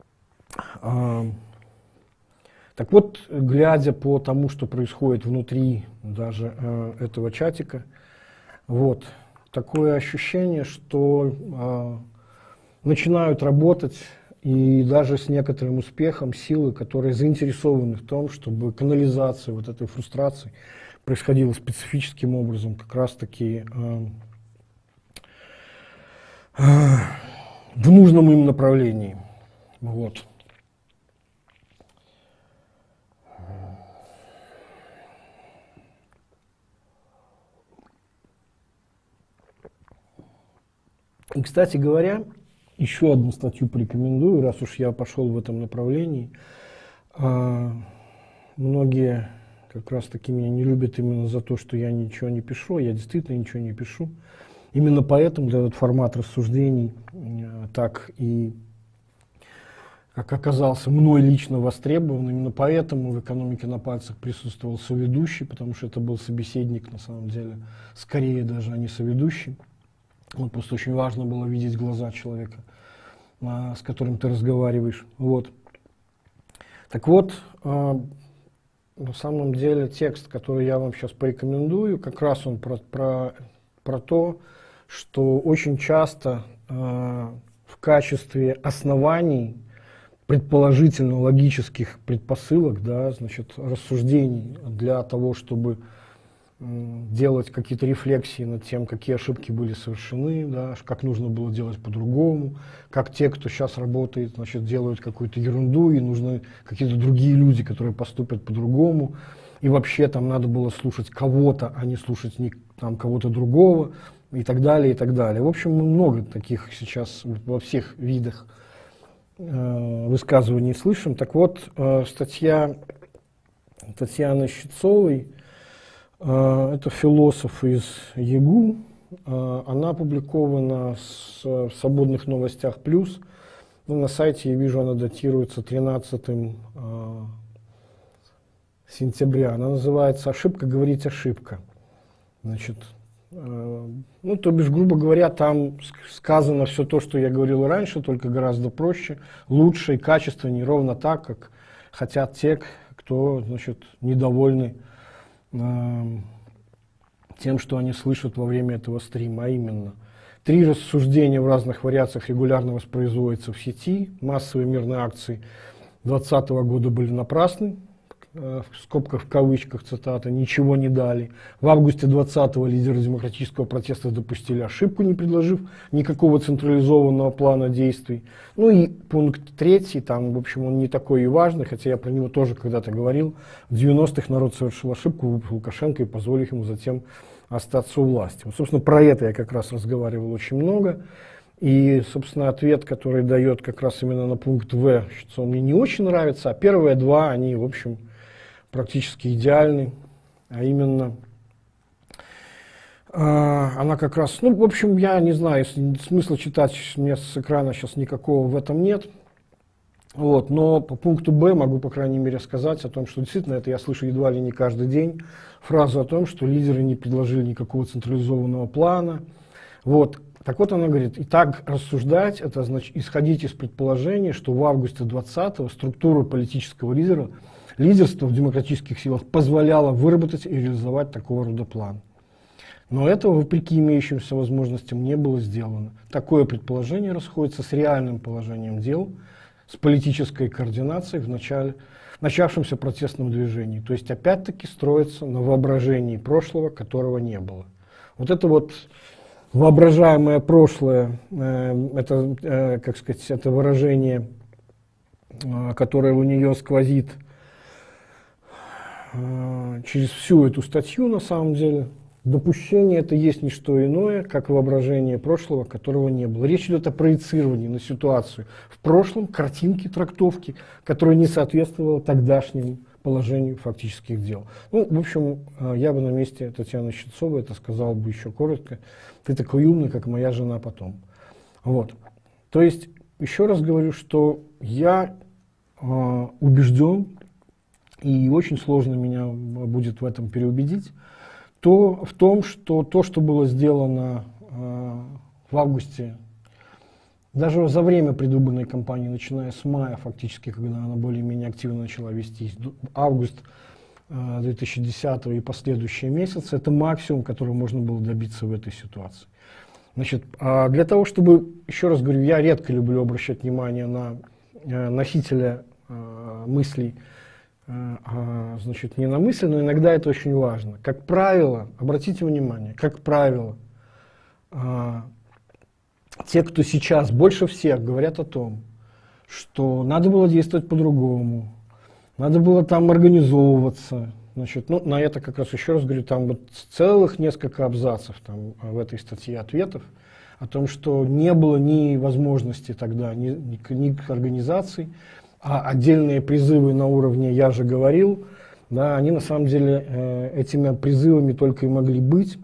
Speaker 1: Так вот, глядя по тому, что происходит внутри даже этого чатика, вот, такое ощущение, что начинают работать и даже с некоторым успехом силы, которые заинтересованы в том, чтобы канализация вот этой фрустрации происходила специфическим образом, как раз-таки в нужном им направлении. Вот. И, кстати говоря, еще одну статью порекомендую, раз уж я пошел в этом направлении. Многие как раз таки меня не любят именно за то, что я ничего не пишу, я действительно ничего не пишу. Именно поэтому этот формат рассуждений так и как оказался мной лично востребован. Именно поэтому в «Экономике на пальцах» присутствовал соведущий, потому что это был собеседник, на самом деле, скорее даже, а не соведущий. Вот, просто очень важно было видеть глаза человека, с которым ты разговариваешь. Вот. Так вот, на самом деле текст, который я вам сейчас порекомендую, как раз он про то, что очень часто в качестве оснований, предположительно логических предпосылок, да, значит, рассуждений для того, чтобы делать какие-то рефлексии над тем, какие ошибки были совершены, да, как нужно было делать по-другому, как те, кто сейчас работает, значит, делают какую-то ерунду, и нужны какие-то другие люди, которые поступят по-другому, и вообще там надо было слушать кого-то, а не слушать там кого-то другого, и так далее, и так далее. В общем, мы много таких сейчас во всех видах высказываний слышим. Так вот, статья Татьяны Щитцовой, это философ из ЕГУ, она опубликована в «Свободных новостях плюс». Ну, на сайте, я вижу, она датируется 13 сентября. Она называется «Ошибка говорить ошибка». Значит, ну, то бишь, грубо говоря, там сказано все то, что я говорил и раньше, только гораздо проще, лучше и качественнее, ровно так, как хотят те, кто, значит, недовольны тем, что они слышат во время этого стрима, а именно 3 рассуждения в разных вариациях регулярно воспроизводятся в сети, массовые мирные акции 2020 года были напрасны, в скобках, в кавычках, цитата, ничего не дали. В августе 2020-го лидеры демократического протеста допустили ошибку, не предложив никакого централизованного плана действий. Ну и пункт 3, там, в общем, он не такой и важный, хотя я про него тоже когда-то говорил. В 90-х народ совершил ошибку, выбрал Лукашенко и позволил ему затем остаться у власти. Вот, собственно, про это я как раз разговаривал очень много. И, собственно, ответ, который дает как раз именно на пункт В, что мне не очень нравится, а первые 2, они, в общем, практически идеальный, а именно она как раз, ну, в общем, я не знаю, смысла читать мне с экрана сейчас никакого в этом нет, вот, но по пункту Б могу, по крайней мере, сказать о том, что действительно это я слышу едва ли не каждый день, фразу о том, что лидеры не предложили никакого централизованного плана, вот. Так вот она говорит, и так рассуждать, это значит исходить из предположения, что в августе 2020-го структура политического лидерство в демократических силах позволяло выработать и реализовать такого рода план. Но этого, вопреки имеющимся возможностям, не было сделано. Такое предположение расходится с реальным положением дел, с политической координацией в начавшемся протестном движении. То есть, опять-таки, строится на воображении прошлого, которого не было. Вот это вот воображаемое прошлое, это, как сказать, это выражение, которое у нее сквозит через всю эту статью, на самом деле, допущение это есть не что иное, как воображение прошлого, которого не было. Речь идет о проецировании на ситуацию в прошлом, картинки, трактовки, которая не соответствовала тогдашнему положению фактических дел. Ну, в общем, я бы на месте Татьяны Щитцовой это сказал бы еще коротко. Ты такой умный, как моя жена потом. Вот. То есть, еще раз говорю, что я убежден, и очень сложно меня будет в этом переубедить, в том, что то, что было сделано в августе, даже за время предвыборной кампании, начиная с мая фактически, когда она более-менее активно начала вестись, август 2010 и последующие месяцы, это максимум, который можно было добиться в этой ситуации. Значит, для того, чтобы, еще раз говорю, я редко люблю обращать внимание на носителя мыслей, значит, не на мысль, но иногда это очень важно. Как правило, обратите внимание, как правило, те, кто сейчас больше всех говорят о том, что надо было действовать по-другому, надо было там организовываться. Значит, ну, на это как раз еще раз говорю, там вот целых несколько абзацев там, в этой статье ответов. о том, что не было ни возможности тогда ни организаций, а отдельные призывы на уровне «я же говорил», да, они на самом деле этими призывами только и могли быть,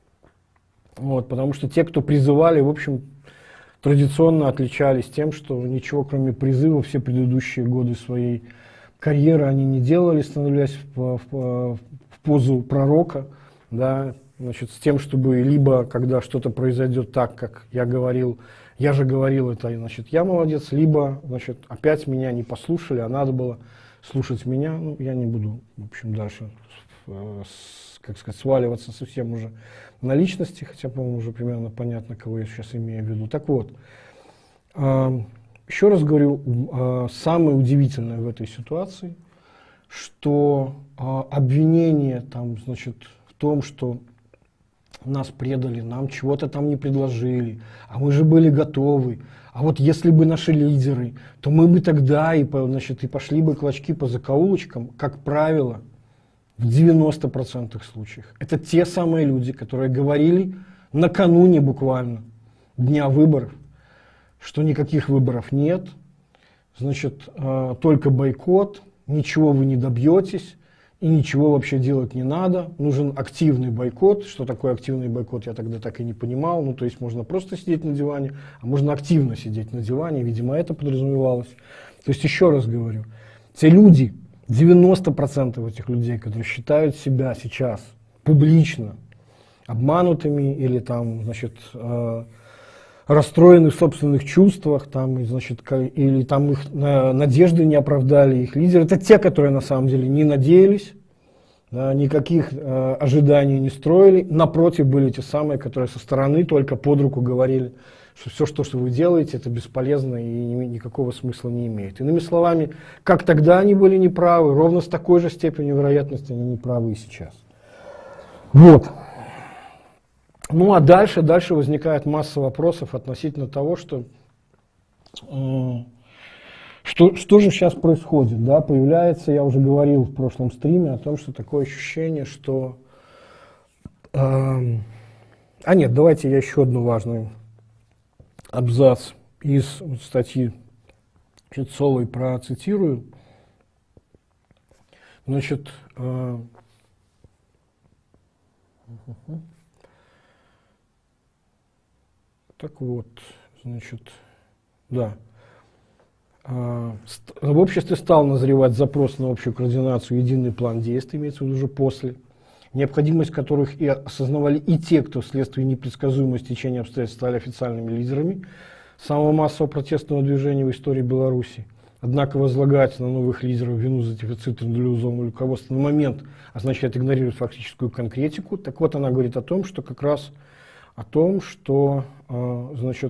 Speaker 1: вот, потому что те, кто призывали, в общем, традиционно отличались тем, что ничего кроме призыва все предыдущие годы своей карьеры они не делали, становясь в позу пророка, да, значит, с тем, чтобы либо, когда что-то произойдет так, как я говорил, я же говорил, это, значит, я молодец, либо, значит, опять меня не послушали, а надо было слушать меня. Ну, я не буду, в общем, дальше, как сказать, сваливаться совсем уже на личности, хотя, по-моему, уже примерно понятно, кого я сейчас имею в виду. Так вот, еще раз говорю, самое удивительное в этой ситуации, что обвинение там, значит, в том, что нас предали, нам чего-то там не предложили, а мы же были готовы. А вот если бы наши лидеры, то мы бы тогда значит, и пошли бы клочки по закоулочкам, как правило, в 90% случаев. Это те самые люди, которые говорили накануне буквально дня выборов, что никаких выборов нет, значит, только бойкот, ничего вы не добьетесь, и ничего вообще делать не надо, нужен активный бойкот. Что такое активный бойкот, я тогда так и не понимал. Ну, то есть можно просто сидеть на диване, а можно активно сидеть на диване, видимо, это подразумевалось. То есть, еще раз говорю, те люди, 90% этих людей, которые считают себя сейчас публично обманутыми или там, значит, расстроены в собственных чувствах, там, значит, или там их надежды не оправдали, их лидеры, это те, которые на самом деле не надеялись, да, никаких ожиданий не строили, напротив, были те самые, которые со стороны только под руку говорили, что все, что вы делаете, это бесполезно и никакого смысла не имеет. Иными словами, как тогда они были неправы, ровно с такой же степенью вероятности они неправы и сейчас. Вот. Ну а дальше возникает масса вопросов относительно того, что же сейчас происходит. Да? Появляется, я уже говорил в прошлом стриме о том, что такое ощущение, что... нет, давайте я еще одну важную абзац из статьи Чецовой процитирую. Значит, так вот, значит, да. В обществе стал назревать запрос на общую координацию, единый план действий, имеется в виду уже после, необходимость которых и осознавали и те, кто вследствие непредсказуемого течения обстоятельств стали официальными лидерами самого массового протестного движения в истории Беларуси. Однако возлагать на новых лидеров вину за дефицит индивидуального руководства на момент означает игнорировать фактическую конкретику. Так вот, она говорит о том, что как раз о том, что, значит,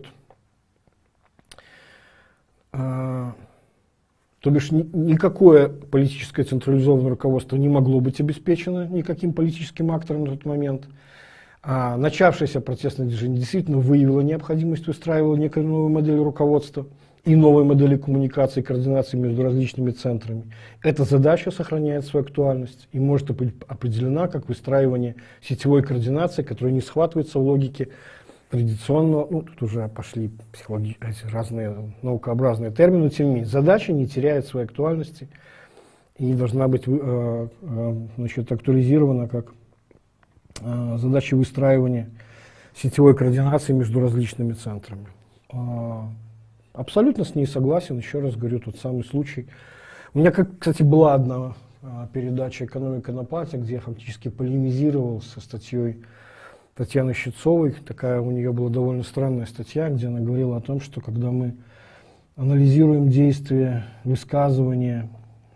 Speaker 1: то бишь никакое политическое централизованное руководство не могло быть обеспечено никаким политическим актором на тот момент. Начавшееся протестное движение действительно выявило необходимость выстраивания некой новой модели руководства и новой модели коммуникации и координации между различными центрами. Эта задача сохраняет свою актуальность и может быть определена как выстраивание сетевой координации, которая не схватывается в логике традиционного, ну тут уже пошли разные наукообразные термины, но тем не менее задача не теряет своей актуальности и должна быть значит, актуализирована как задача выстраивания сетевой координации между различными центрами. Абсолютно с ней согласен, еще раз говорю, тот самый случай. У меня, кстати, была одна передача «Экономика на пальцах», где я фактически полемизировал со статьей Татьяны Щецовой. Такая у нее была довольно странная статья, где она говорила о том, что когда мы анализируем действия, высказывания,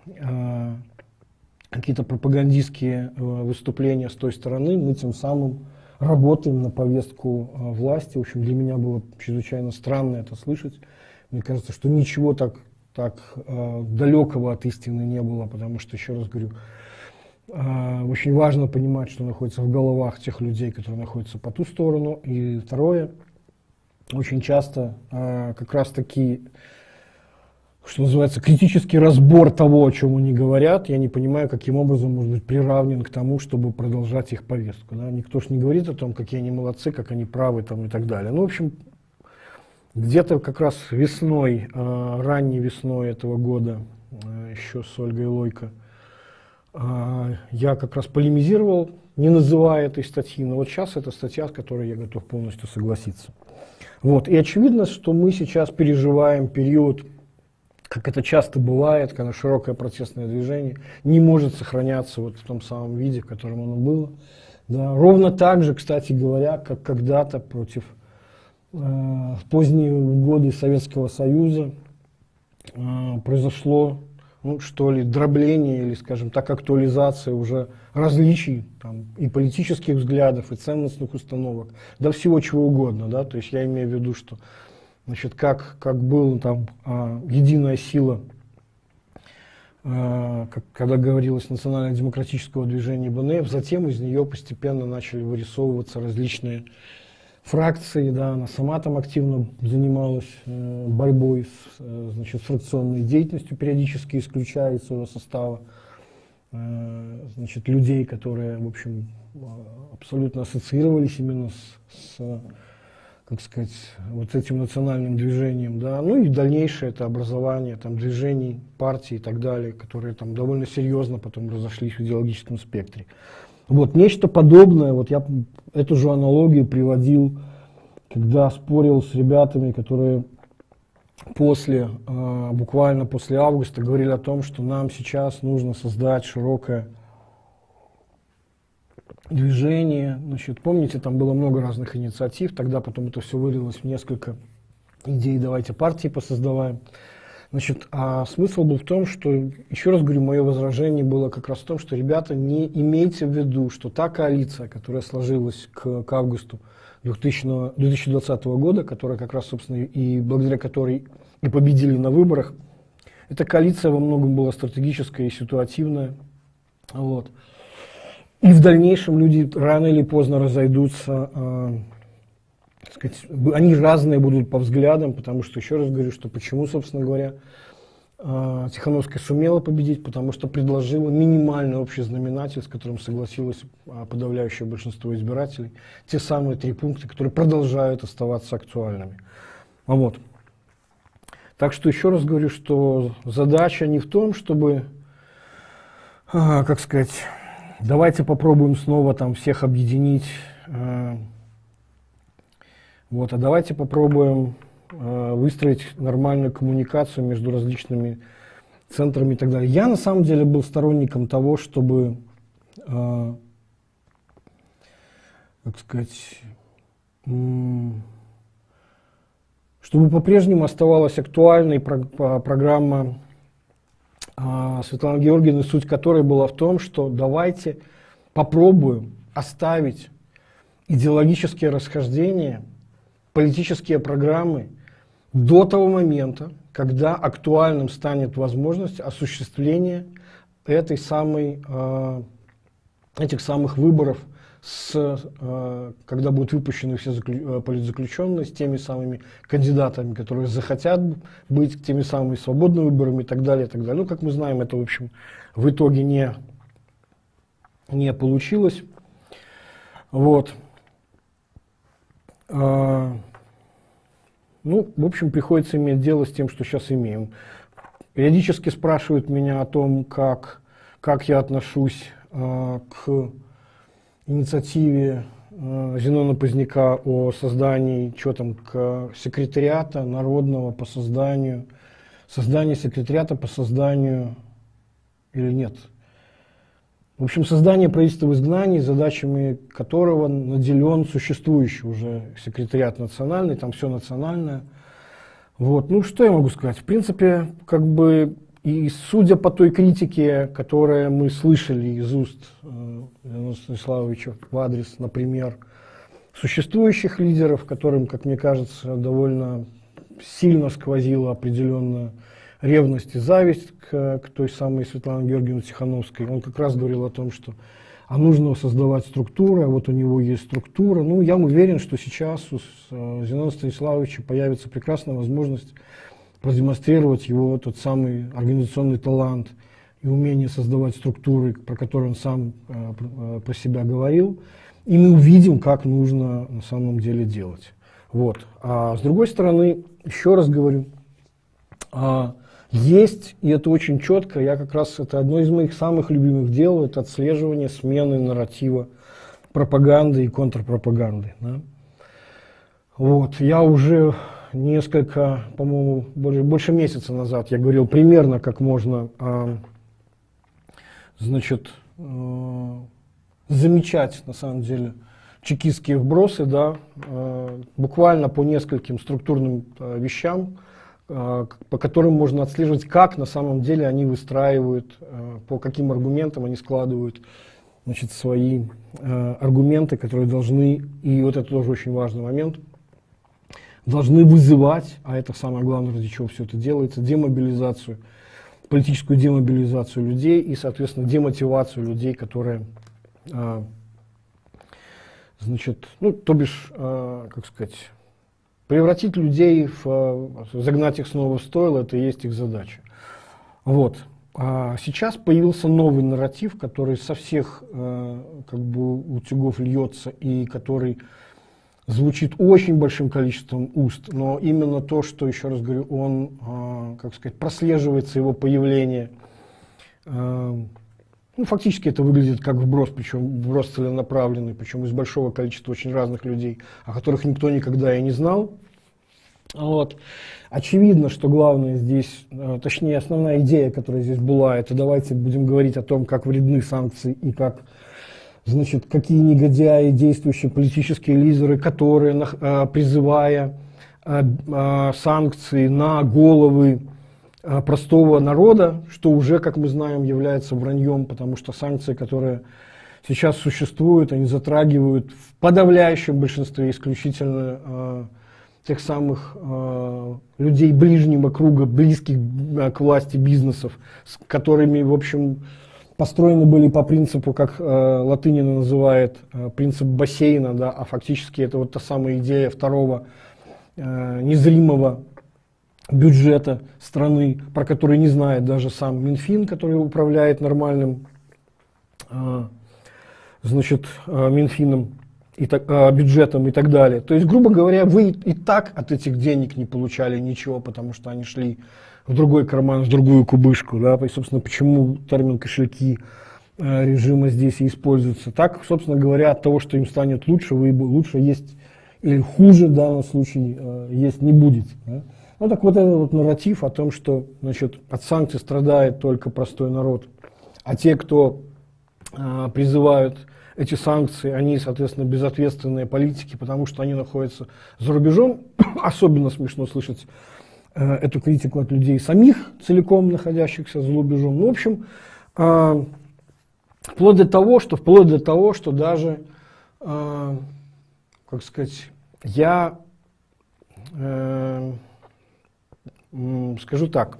Speaker 1: какие-то пропагандистские выступления с той стороны, мы тем самым работаем на повестку власти. В общем, для меня было чрезвычайно странно это слышать. Мне кажется, что ничего так далекого от истины не было, потому что, еще раз говорю, очень важно понимать, что находится в головах тех людей, которые находятся по ту сторону. И второе, очень часто как раз таки, что называется, критический разбор того, о чем они говорят, я не понимаю, каким образом может быть приравнен к тому, чтобы продолжать их повестку. Да? Никто же не говорит о том, какие они молодцы, как они правы там, и так далее. Ну, в общем, где-то как раз весной, ранней весной этого года, еще с Ольгой Лойко, я как раз полемизировал, не называя этой статьи, но вот сейчас это статья, с которой я готов полностью согласиться. Вот. И очевидно, что мы сейчас переживаем период, как это часто бывает, когда широкое протестное движение не может сохраняться вот в том самом виде, в котором оно было. Да. Ровно так же, кстати говоря, как когда-то против в поздние годы Советского Союза произошло, ну, что ли, дробление или, скажем так, актуализация уже различий там, и политических взглядов, и ценностных установок, да всего чего угодно. Да? То есть я имею в виду, что значит, как была там единая сила, когда говорилось национально-демократического движения БНФ, затем из нее постепенно начали вырисовываться различные фракции, да, она сама там активно занималась борьбой значит, с фракционной деятельностью, периодически исключая из своего состава значит, людей, которые, в общем, абсолютно ассоциировались именно с как сказать, вот этим национальным движением, да, ну и дальнейшее это образование там, движений, партий и так далее, которые там довольно серьезно потом разошлись в идеологическом спектре. Вот, нечто подобное, вот я эту же аналогию приводил, когда спорил с ребятами, которые буквально после августа говорили о том, что нам сейчас нужно создать широкое движение. Значит, помните, там было много разных инициатив, тогда потом это все вылилось в несколько идей, давайте партии посоздаваем. Значит, а смысл был в том, что, еще раз говорю, мое возражение было как раз в том, что, ребята, не имейте в виду, что та коалиция, которая сложилась к августу 2020 года, которая как раз, собственно, и благодаря которой и победили на выборах, эта коалиция во многом была стратегическая и ситуативная. Вот. И в дальнейшем люди рано или поздно разойдутся. Сказать, они разные будут по взглядам, потому что, еще раз говорю, что почему, собственно говоря, Тихановская сумела победить, потому что предложила минимальный общий знаменатель, с которым согласилось подавляющее большинство избирателей, те самые 3 пункта, которые продолжают оставаться актуальными. Вот. Так что еще раз говорю, что задача не в том, чтобы, как сказать, давайте попробуем снова там всех объединить, вот, а давайте попробуем выстроить нормальную коммуникацию между различными центрами и так далее. Я на самом деле был сторонником того, чтобы, как сказать, чтобы по-прежнему оставалась актуальной программа Светланы Георгиевны, суть которой была в том, что давайте попробуем оставить идеологические расхождения, политические программы до того момента, когда актуальным станет возможность осуществления этих самых выборов, когда будут выпущены все политзаключенные с теми самыми кандидатами, которые захотят быть теми самыми свободными выборами и так далее, и так далее. Ну, как мы знаем, это, в общем, в итоге не получилось. Вот. Ну, в общем, приходится иметь дело с тем, что сейчас имеем. Периодически спрашивают меня о том, как я отношусь к инициативе Зенона Поздняка о создании, секретариата народного по созданию секретариата по созданию или нет. В общем, создание правительства в изгнании, задачами которого наделен существующий уже секретариат национальный, там все национальное. Вот. Ну, что я могу сказать? В принципе, как бы, и судя по той критике, которую мы слышали из уст Зенона Станиславовича в адрес, например, существующих лидеров, которым, как мне кажется, довольно сильно сквозила определенная ревность и зависть к той самой Светлане Георгиевне Тихановской. Он как раз говорил о том, что нужно создавать структуру, а вот у него есть структура. Ну, я уверен, что сейчас у Зенона Станиславовича появится прекрасная возможность продемонстрировать его тот самый организационный талант и умение создавать структуры, про которые он сам про себя говорил, и мы увидим, как нужно на самом деле делать. Вот. А с другой стороны, еще раз говорю, есть, и это очень четко, я как раз, это одно из моих самых любимых дел, это отслеживание смены нарратива пропаганды и контрпропаганды. Да? Вот. Я уже несколько, по-моему, больше месяца назад я говорил примерно, как можно замечать, на самом деле, чекистские вбросы, да, буквально по нескольким структурным вещам, по которым можно отслеживать, как на самом деле они выстраивают, по каким аргументам они складывают, значит, свои аргументы, которые должны, и вот это тоже очень важный момент, должны вызывать, а это самое главное, ради чего все это делается, демобилизацию, политическую демобилизацию людей и, соответственно, демотивацию людей, которые, значит, ну, то бишь, как сказать, превратить людей, загнать их снова в стойло, это и есть их задача. Вот. А сейчас появился новый нарратив, который со всех как бы утюгов льется и который звучит очень большим количеством уст, но именно то, что, еще раз говорю, он, как сказать, прослеживается его появление. Ну, фактически это выглядит как вброс, причем вброс целенаправленный, причем из большого количества очень разных людей, о которых никто никогда и не знал. Вот. Очевидно, что главное здесь, точнее основная идея, которая здесь была, это давайте будем говорить о том, как вредны санкции и как, значит, какие негодяи, действующие политические лидеры, которые, призывая санкции на головы простого народа, что уже, как мы знаем, является враньем, потому что санкции, которые сейчас существуют, они затрагивают в подавляющем большинстве исключительно тех самых людей ближнего круга, близких к власти бизнесов, с которыми, в общем, построены были по принципу, как Латынина называет, принцип бассейна, да, а фактически это вот та самая идея второго незримого бюджета страны, про который не знает даже сам Минфин, который управляет нормальным, значит, Минфином, и бюджетом и так далее. То есть, грубо говоря, вы и так от этих денег не получали ничего, потому что они шли в другой карман, в другую кубышку. Да? И, собственно, почему термин «кошельки» режима здесь и используется. Так, собственно говоря, от того, что им станет лучше, вы лучше есть или хуже в данном случае есть не будете. Да? Ну так вот этот вот нарратив о том, что, значит, от санкций страдает только простой народ, а те, кто призывают эти санкции, они, соответственно, безответственные политики, потому что они находятся за рубежом. Особенно смешно слышать эту критику от людей самих, целиком находящихся за рубежом. Ну, в общем, вплоть до того, что даже, как сказать, я скажу так,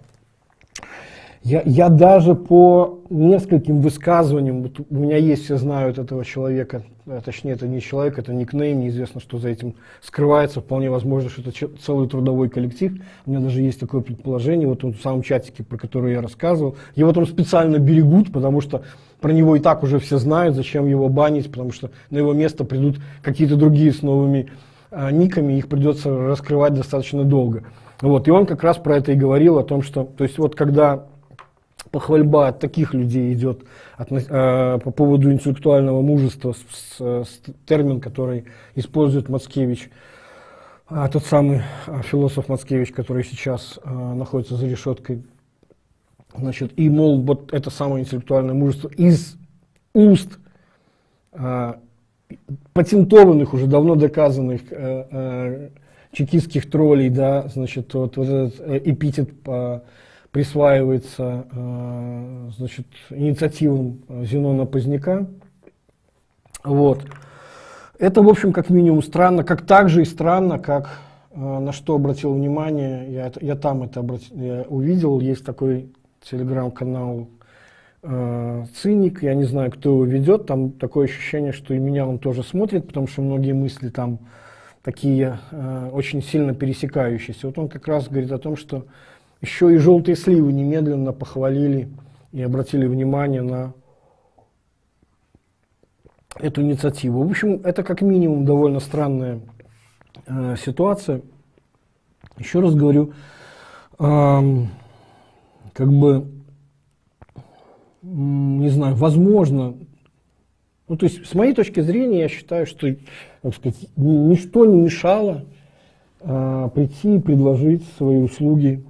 Speaker 1: я даже по нескольким высказываниям, вот у меня есть, все знают этого человека, точнее это не человек, это никнейм, неизвестно, что за этим скрывается, вполне возможно, что это целый трудовой коллектив, у меня даже есть такое предположение, вот в самом чатике, про который я рассказывал, его там специально берегут, потому что про него и так уже все знают, зачем его банить, потому что на его место придут какие-то другие с новыми никами, их придется раскрывать достаточно долго. Вот, и он как раз про это и говорил, о том, что, то есть вот когда похвальба от таких людей идет по поводу интеллектуального мужества, термин, который использует Мацкевич, тот самый философ Мацкевич, который сейчас находится за решеткой, значит, и, мол, вот это самое интеллектуальное мужество из уст патентованных, уже давно доказанных чекистских троллей, да, значит, вот этот эпитет присваивается, значит, инициативам Зенона Поздняка. Вот. Это, в общем, как минимум странно, как также и странно, как на что обратил внимание, я там это я увидел, есть такой телеграм-канал «Циник», я не знаю, кто его ведет, там такое ощущение, что и меня он тоже смотрит, потому что многие мысли там такие очень сильно пересекающиеся. Вот он как раз говорит о том, что еще и желтые сливы немедленно похвалили и обратили внимание на эту инициативу. В общем, это как минимум довольно странная ситуация. Еще раз говорю, как бы, не знаю, возможно, ну, то есть, с моей точки зрения, я считаю, что, так сказать, ничто не мешало прийти и предложить свои услуги,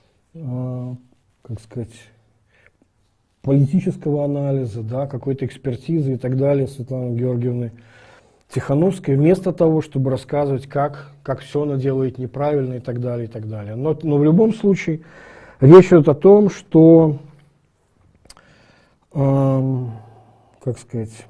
Speaker 1: как сказать, политического анализа, да, какой-то экспертизы и так далее Светланы Георгиевны Тихановской, вместо того, чтобы рассказывать, как все она делает неправильно и так далее, и так далее. Но в любом случае речь идет о том, что, как сказать,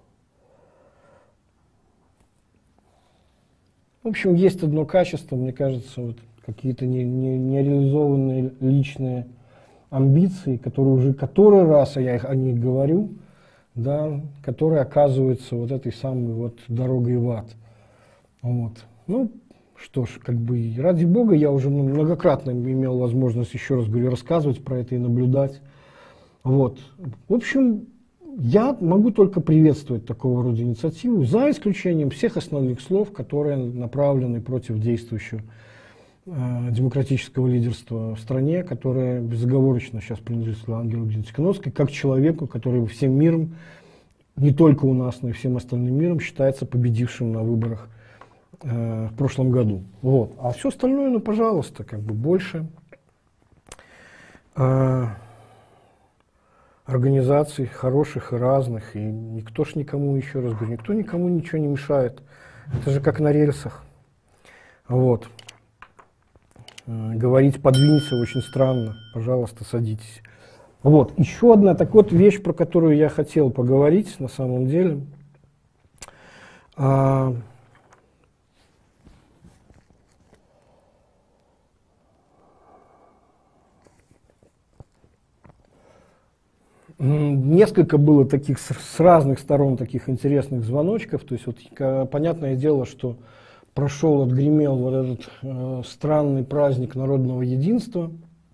Speaker 1: в общем, есть одно качество, мне кажется, вот какие-то нереализованные личные амбиции, которые уже который раз я о них говорю, да, которые оказываются вот этой самой вот дорогой в ад. Вот. Ну, что ж, как бы, ради бога, я уже многократно имел возможность, еще раз говорю, рассказывать про это и наблюдать. Вот. В общем, я могу только приветствовать такого рода инициативу, за исключением всех основных слов, которые направлены против действующего демократического лидерства в стране, которое безоговорочно сейчас принадлежит Светлане Георгиевне Тихановской, как человеку, который всем миром, не только у нас, но и всем остальным миром, считается победившим на выборах в прошлом году. Вот. А все остальное, ну, пожалуйста, как бы больше организаций хороших и разных, и никто ж никому, еще раз говорю, никто никому ничего не мешает. Это же как на рельсах. Вот. Говорить «подвинься» очень странно. Пожалуйста, садитесь. Вот. Еще одна так вот вещь, про которую я хотел поговорить на самом деле. Несколько было таких с разных сторон таких интересных звоночков. То есть вот, понятное дело, что прошел, отгремел вот этот странный праздник народного единства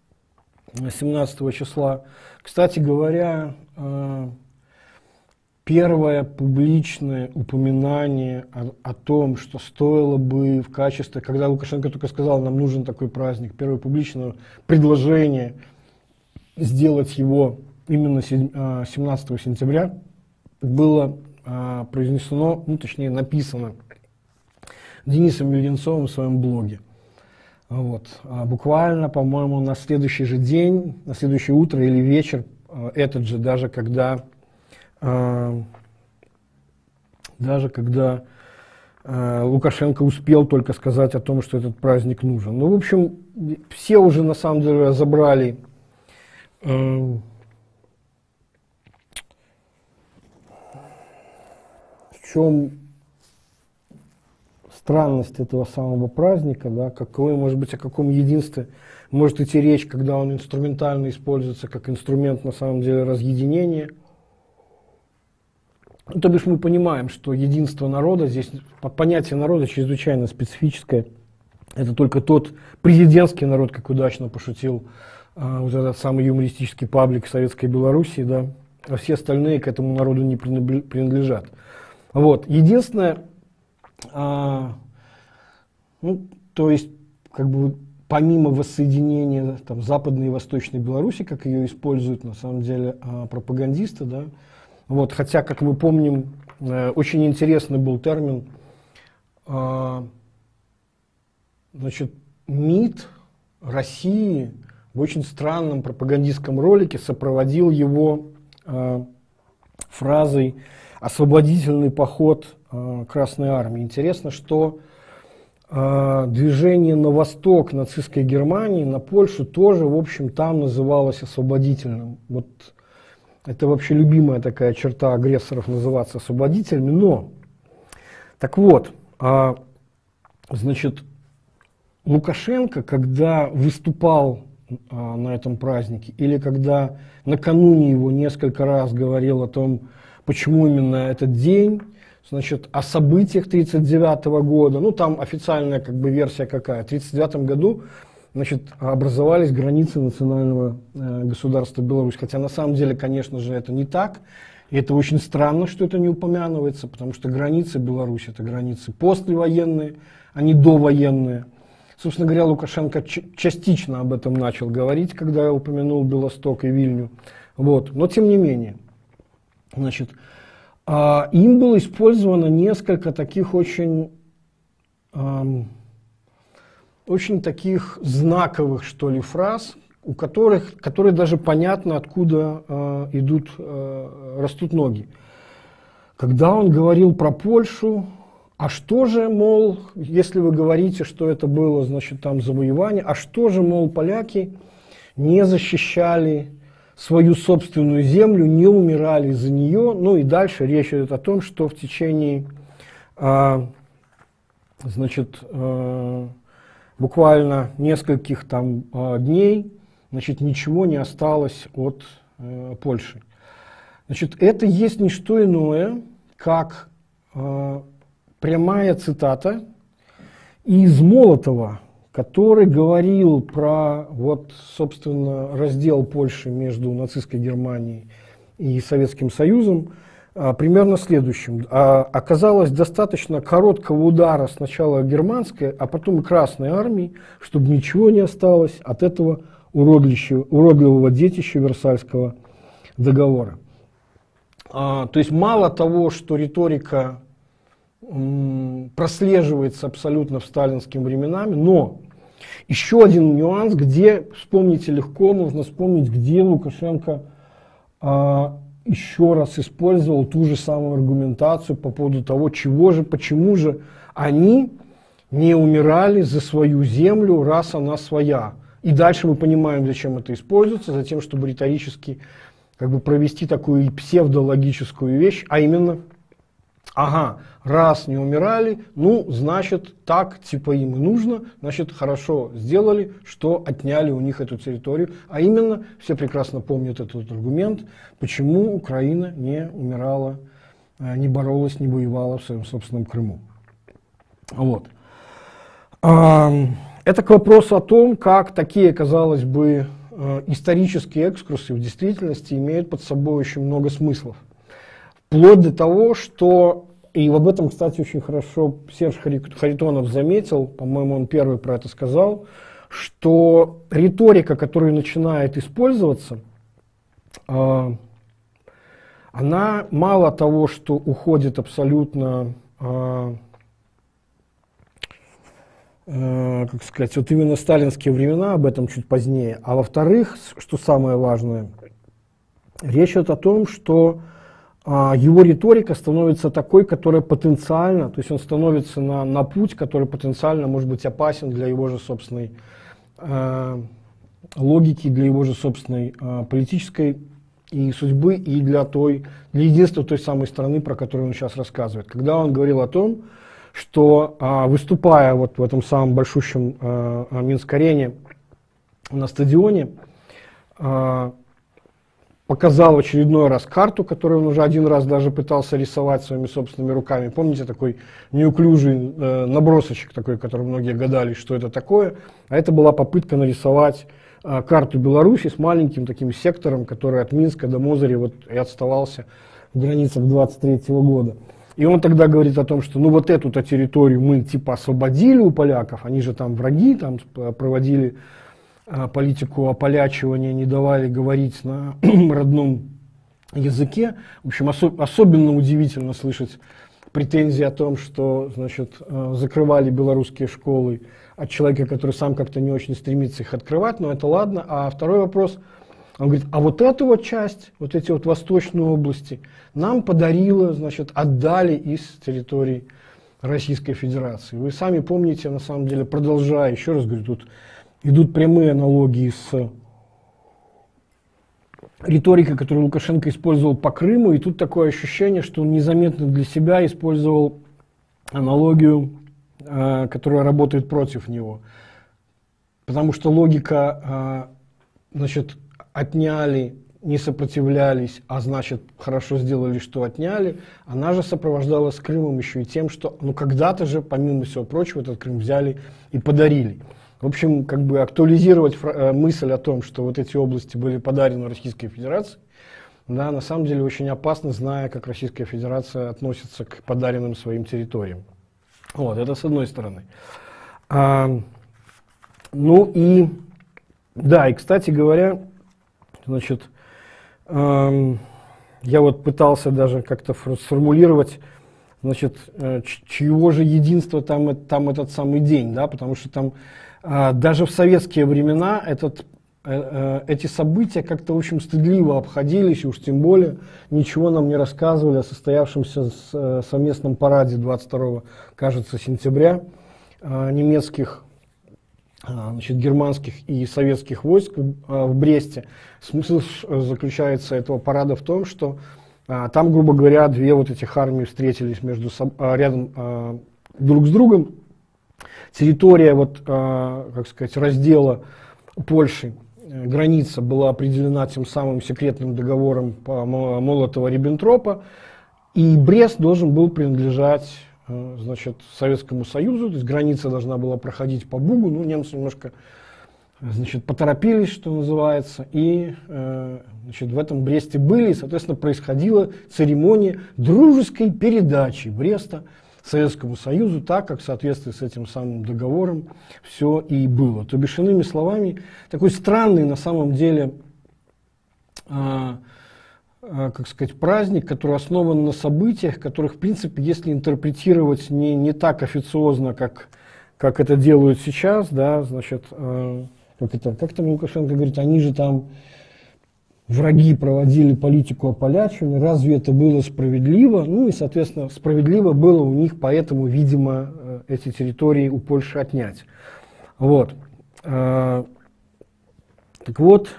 Speaker 1: 17 числа. Кстати говоря, первое публичное упоминание о том, что стоило бы в качестве, когда Лукашенко только сказал, нам нужен такой праздник, первое публичное предложение сделать его именно 17 сентября было произнесено, ну точнее написано Денисом Мельнецовым в своем блоге. Вот. Буквально, по-моему, на следующий же день, на следующее утро или вечер, этот же, даже когда Лукашенко успел только сказать о том, что этот праздник нужен. Ну, в общем, все уже на самом деле разобрали в чем странность этого самого праздника, да, какой, может быть, о каком единстве может идти речь, когда он инструментально используется как инструмент, на самом деле, разъединения. Ну, то бишь мы понимаем, что единство народа, здесь понятие народа чрезвычайно специфическое. Это только тот президентский народ, как удачно пошутил вот этот самый юмористический паблик Советской Белоруссии, да, а все остальные к этому народу не принадлежат. Вот. Единственное, ну, то есть, как бы, помимо воссоединения там, Западной и Восточной Беларуси, как ее используют на самом деле пропагандисты, да, вот, хотя, как мы помним, очень интересный был термин, значит, МИД России в очень странном пропагандистском ролике сопроводил его фразой «освободительный поход Красной Армии». Интересно, что движение на восток нацистской Германии, на Польшу тоже, в общем, там называлось освободительным. Вот это вообще любимая такая черта агрессоров, называться освободителями. Но, так вот, значит, Лукашенко, когда выступал на этом празднике, или когда накануне его несколько раз говорил о том, почему именно этот день, значит, о событиях 1939 года. Ну, там официальная как бы версия какая. В 1939 году, значит, образовались границы национального государства Беларусь. Хотя на самом деле, конечно же, это не так. И это очень странно, что это не упомянывается, потому что границы Беларуси — это границы послевоенные, а не довоенные. Собственно говоря, Лукашенко частично об этом начал говорить, когда я упомянул Белосток и Вильню. Вот. Но тем не менее, значит, им было использовано несколько таких очень таких знаковых, что ли, фраз, которые даже понятно, откуда растут ноги. Когда он говорил про Польшу, а что же, мол, если вы говорите, что это было, значит, там завоевание, а что же, мол, поляки не защищали свою собственную землю, не умирали за нее. Ну и дальше речь идет о том, что в течение, значит, буквально нескольких там дней, значит, ничего не осталось от Польши. Значит, это есть не что иное, как прямая цитата из Молотова, который говорил про, вот, собственно, раздел Польши между нацистской Германией и Советским Союзом, примерно следующим. Оказалось достаточно короткого удара сначала германской, а потом и Красной армии, чтобы ничего не осталось от этого уродливого детища Версальского договора. То есть мало того, что риторика прослеживается абсолютно в сталинским временами, но еще один нюанс, где, вспомните легко, можно вспомнить, где Лукашенко еще раз использовал ту же самую аргументацию по поводу того, почему же они не умирали за свою землю, раз она своя. И дальше мы понимаем, зачем это используется, за тем, чтобы риторически как бы провести такую псевдологическую вещь, а именно, ага, раз не умирали, ну, значит, так, типа, им и нужно, значит, хорошо сделали, что отняли у них эту территорию. А именно, все прекрасно помнят этот аргумент, почему Украина не умирала, не боролась, не воевала в своем собственном Крыму. Вот. Это к вопросу о том, как такие, казалось бы, исторические экскурсы в действительности имеют под собой очень много смыслов. Вплоть до того, что, и об этом, кстати, очень хорошо Серж Харитонов заметил, по-моему, он первый про это сказал, что риторика, которая начинает использоваться, она мало того, что уходит абсолютно, как сказать, вот именно сталинские времена, об этом чуть позднее, а во-вторых, что самое важное, речь идет о том, что его риторика становится такой, которая потенциально, то есть он становится на путь, который потенциально может быть опасен для его же собственной логики, для его же собственной политической и судьбы, и для единства той самой страны, про которую он сейчас рассказывает. Когда он говорил о том, что, выступая вот в этом самом большущем Минск-арене на стадионе, показал в очередной раз карту, которую он уже один раз даже пытался рисовать своими собственными руками. Помните, такой неуклюжий набросочек такой, который многие гадали, что это такое? А это была попытка нарисовать карту Беларуси с маленьким таким сектором, который от Минска до Мозыря вот и отставался в границах 23-го года. И он тогда говорит о том, что ну вот эту-то территорию мы типа освободили у поляков, они же там враги, там проводили политику ополячивания, не давали говорить на родном языке. В общем, особенно удивительно слышать претензии о том, что, значит, закрывали белорусские школы от человека, который сам как-то не очень стремится их открывать, но это ладно. А второй вопрос, он говорит, а вот эту вот часть, вот эти вот восточные области нам подарила, значит, отдали из территории Российской Федерации. Вы сами помните, на самом деле, продолжая, еще раз говорю, тут идут прямые аналогии с риторикой, которую Лукашенко использовал по Крыму, и тут такое ощущение, что он незаметно для себя использовал аналогию, которая работает против него. Потому что логика, значит, отняли не сопротивлялись, а значит, хорошо сделали, что отняли, она же сопровождалась с Крымом еще и тем, что ну когда-то же, помимо всего прочего, этот Крым взяли и подарили. В общем, как бы актуализировать мысль о том, что вот эти области были подарены Российской Федерации, да, на самом деле очень опасно, зная, как Российская Федерация относится к подаренным своим территориям. Вот, это с одной стороны. Ну и, да, и, кстати говоря, значит, я вот пытался даже как-то сформулировать, значит, чьего же единства там этот самый день, да, потому что там даже в советские времена эти события как-то очень стыдливо обходились, уж тем более ничего нам не рассказывали о состоявшемся совместном параде 22, кажется, сентября немецких, значит, германских и советских войск в Бресте. Смысл заключается этого парада в том, что там, грубо говоря, две вот этих армии встретились рядом друг с другом. Территория, вот, как сказать, раздела Польши, граница была определена тем самым секретным договором по Молотова-Риббентропа, и Брест должен был принадлежать, значит, Советскому Союзу, то есть граница должна была проходить по Бугу, ну, немцы немножко, значит, поторопились, что называется, и, значит, в этом Бресте были, и, соответственно, происходила церемония дружеской передачи Бреста Советскому Союзу, так как в соответствии с этим самым договором все и было. То бишь, иными словами, такой странный на самом деле, как сказать, праздник, который основан на событиях, которых, в принципе, если интерпретировать не так официозно, как это делают сейчас, да, значит, как там Лукашенко говорит, они же там враги проводили политику ополячивания, разве это было справедливо? Ну и, соответственно, справедливо было у них, поэтому, видимо, эти территории у Польши отнять. Вот. Так вот,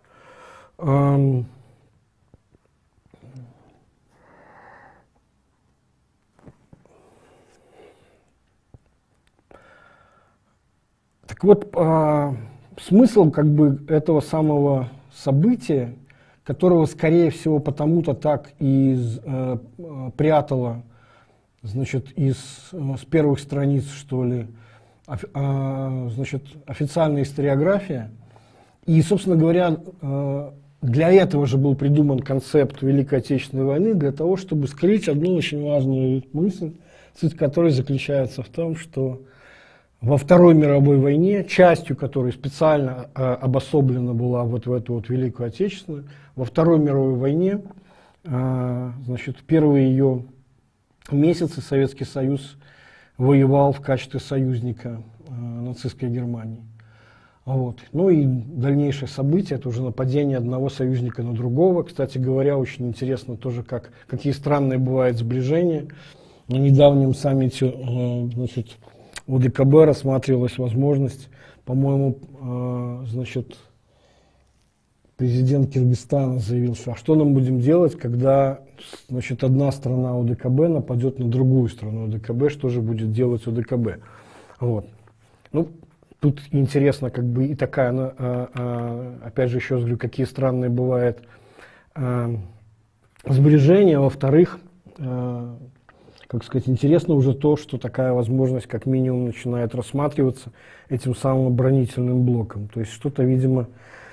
Speaker 1: смысл как бы этого самого события, которого, скорее всего, потому-то так и прятала, значит, с первых страниц, что ли, значит, официальная историография. И, собственно говоря, для этого же был придуман концепт Великой Отечественной войны, для того, чтобы скрыть одну очень важную мысль, суть которой заключается в том, что во Второй мировой войне, частью которой специально обособлена была вот в эту вот Великую Отечественную, во Второй мировой войне, значит, в первые ее месяцы Советский Союз воевал в качестве союзника нацистской Германии. Вот. Ну и дальнейшие события, это уже нападение одного союзника на другого. Кстати говоря, очень интересно тоже, какие странные бывают сближения. На недавнем саммите, значит, УДКБ рассматривалась возможность, по-моему, значит, президент Киргизстана заявил, что нам будем делать, когда, значит, одна страна УДКБ нападет на другую страну УДКБ, что же будет делать УДКБ. Вот. Ну, тут интересно, как бы и такая, опять же, еще раз говорю, какие странные бывают сближения. Во-вторых, как сказать, интересно уже то, что такая возможность как минимум начинает рассматриваться этим самым оборонительным блоком. То есть что-то, видимо,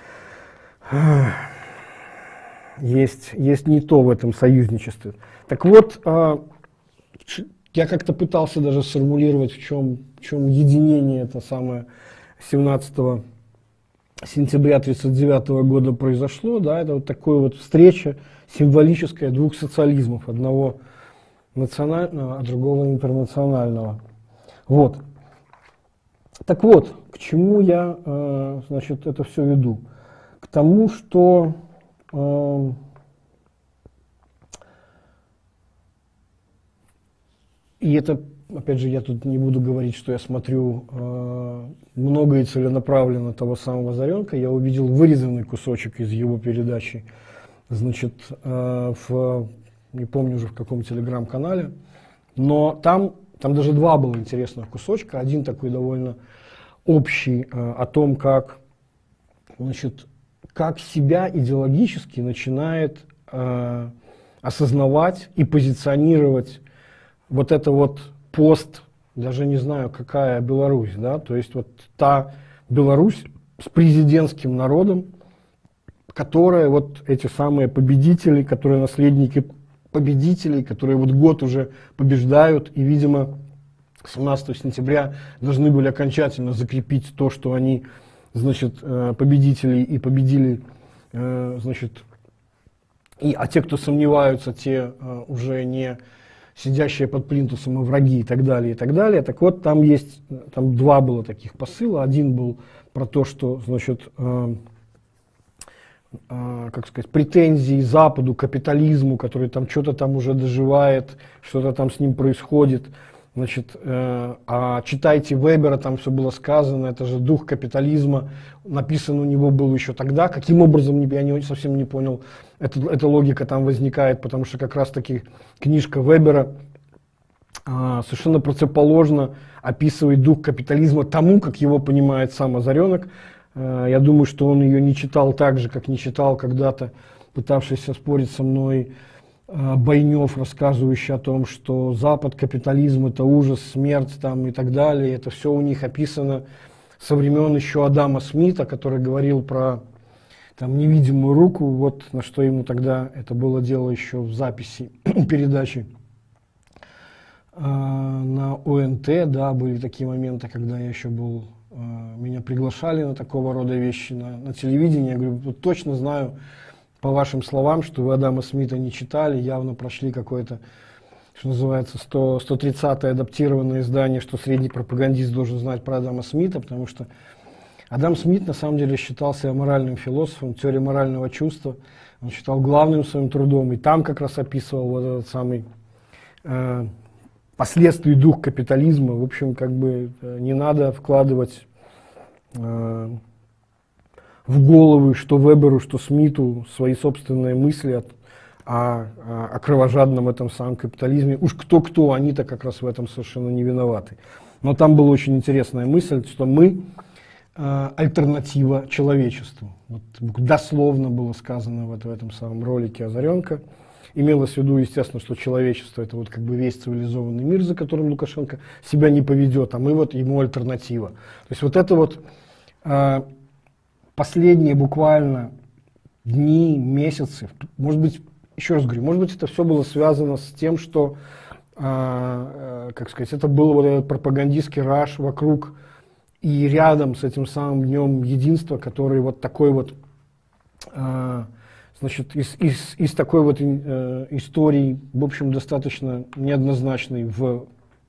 Speaker 1: есть не то в этом союзничестве. Так вот, я как-то пытался даже сформулировать, в чем единение это самое 17 сентября 1939 года произошло. Да, это вот такая вот встреча символическая двух социализмов, одного национального, а другого интернационального. Вот. Так вот, к чему я, значит, это все веду? К тому, что и это, опять же, я тут не буду говорить, что я смотрю много и целенаправленно того самого Озаренка, я увидел вырезанный кусочек из его передачи, значит, не помню уже в каком телеграм-канале, но там даже два было интересных кусочка. Один такой довольно общий, о том, как, значит, как себя идеологически начинает осознавать и позиционировать вот это вот даже не знаю, какая Беларусь, да, то есть вот та Беларусь с президентским народом, которая вот эти самые победители, которые наследники победителей, которые вот год уже побеждают и, видимо, 17 сентября должны были окончательно закрепить то, что они, значит, победители и победили, значит, а те, кто сомневаются, те уже не сидящие под плинтусом и враги и так далее, и так далее. Так вот, там два было таких посыла. Один был про то, что, значит, как сказать, претензии Западу, капитализму, который там что-то там уже доживает, что-то там с ним происходит. Значит, а читайте Вебера, там все было сказано, это же дух капитализма, написан у него был еще тогда. Каким образом, я совсем не понял, эта логика там возникает, потому что как раз-таки книжка Вебера совершенно противоположно описывает дух капитализма тому, как его понимает сам Озаренок. Я думаю, что он ее не читал так же, как не читал когда-то, пытавшийся спорить со мной, Бойнев, рассказывающий о том, что Запад, капитализм — это ужас, смерть там, и так далее. Это все у них описано со времен еще Адама Смита, который говорил про там невидимую руку, вот на что ему тогда это было дело еще в записи передачи на ОНТ, да, были такие моменты, когда я еще был, меня приглашали на такого рода вещи на телевидении. Я говорю, вот точно знаю по вашим словам, что вы Адама Смита не читали, явно прошли какое-то, что называется, 130-е адаптированное издание, что средний пропагандист должен знать про Адама Смита, потому что Адам Смит на самом деле считался аморальным философом, теория морального чувства, он считал главным своим трудом, и там как раз описывал вот этот самый последствий дух капитализма. В общем, как бы не надо вкладывать в головы, что Веберу, что Смиту, свои собственные мысли о кровожадном этом самом капитализме. Уж кто-кто, они-то как раз в этом совершенно не виноваты. Но там была очень интересная мысль, что мы альтернатива человечеству. Вот дословно было сказано в этом самом ролике Озаренка. Имелось в виду, естественно, что человечество — это вот как бы весь цивилизованный мир, за которым Лукашенко себя не поведет, а мы вот ему альтернатива. То есть вот это вот последние буквально дни, месяцы, может быть, еще раз говорю, может быть, это все было связано с тем, что, как сказать, это был вот этот пропагандистский раш вокруг и рядом с этим самым Днем Единства, который вот такой вот, значит, из такой вот истории, в общем, достаточно неоднозначной в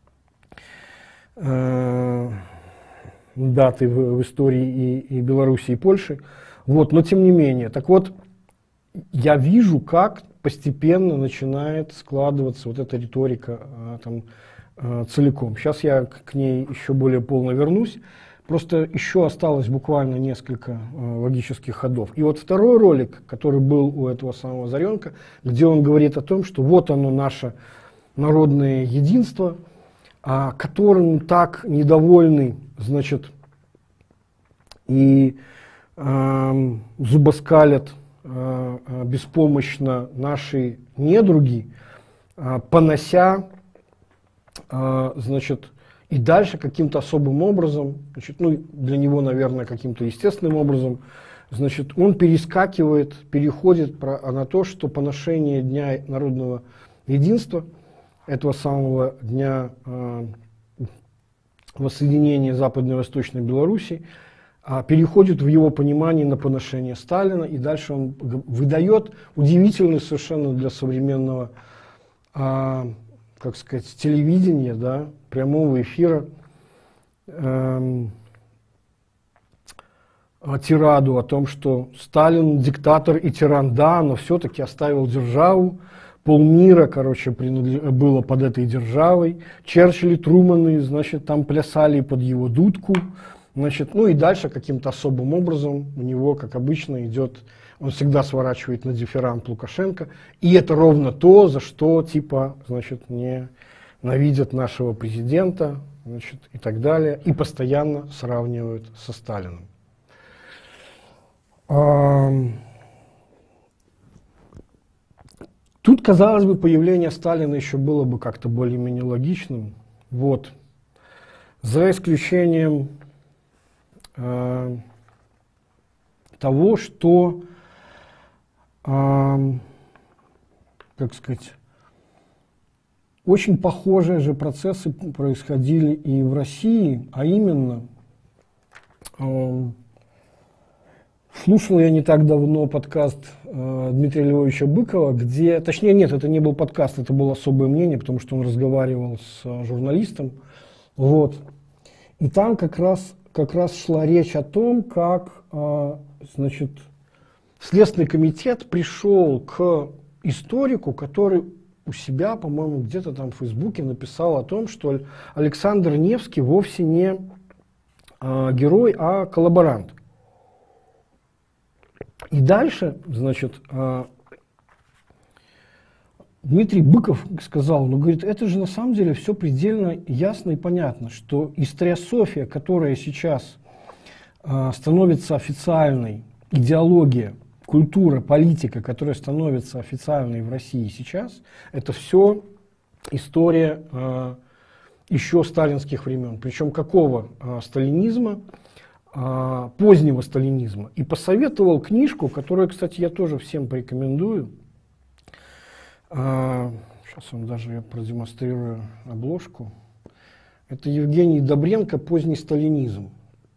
Speaker 1: даты в истории и Беларуси, и Польши. Вот, но тем не менее. Так вот, я вижу, как постепенно начинает складываться вот эта риторика целиком. Сейчас я к ней еще более полно вернусь. Просто еще осталось буквально несколько логических ходов. И вот второй ролик, который был у этого самого Озаренка, где он говорит о том, что вот оно наше народное единство, которым так недовольны, значит, и зубоскалят беспомощно наши недруги, понося, значит, и дальше каким-то особым образом, значит, ну, для него, наверное, каким-то естественным образом, значит, он переходит на то, что поношение Дня народного единства, этого самого дня воссоединения Западной и Восточной Белоруссии, переходит в его понимании на поношение Сталина, и дальше он выдает удивительный совершенно для современного, как сказать, телевидения, да, прямого эфира, тираду о том, что Сталин диктатор и тиран, да, но все-таки оставил державу, полмира, короче, было под этой державой, Черчилль и Труманы, значит, там плясали под его дудку, значит, ну и дальше каким-то особым образом у него, как обычно, идет, он всегда сворачивает на дифирамб Лукашенко, и это ровно то, за что, типа, значит, ненавидят нашего президента, значит, и так далее, и постоянно сравнивают со Сталиным. Тут, казалось бы, появление Сталина еще было бы как-то более-менее логичным. Вот. За исключением того, что, как сказать, очень похожие же процессы происходили и в России, а именно, слушал я не так давно подкаст Дмитрия Львовича Быкова, где, точнее нет, это не был подкаст, это было особое мнение, потому что он разговаривал с журналистом, вот, и там как раз шла речь о том, как, значит, Следственный комитет пришел к историку, который у себя, по-моему, где-то там в Фейсбуке написал о том, что Александр Невский вовсе не герой, а коллаборант. И дальше, значит, Дмитрий Быков сказал, ну, говорит, это же на самом деле все предельно ясно и понятно, что историософия, которая сейчас становится официальной, идеология, культура, политика, которая становится официальной в России сейчас, это все история еще сталинских времен. Причем какого сталинизма? Позднего сталинизма. И посоветовал книжку, которую, кстати, я тоже всем порекомендую. Сейчас вам даже я продемонстрирую обложку. Это Евгений Добренко «Поздний сталинизм».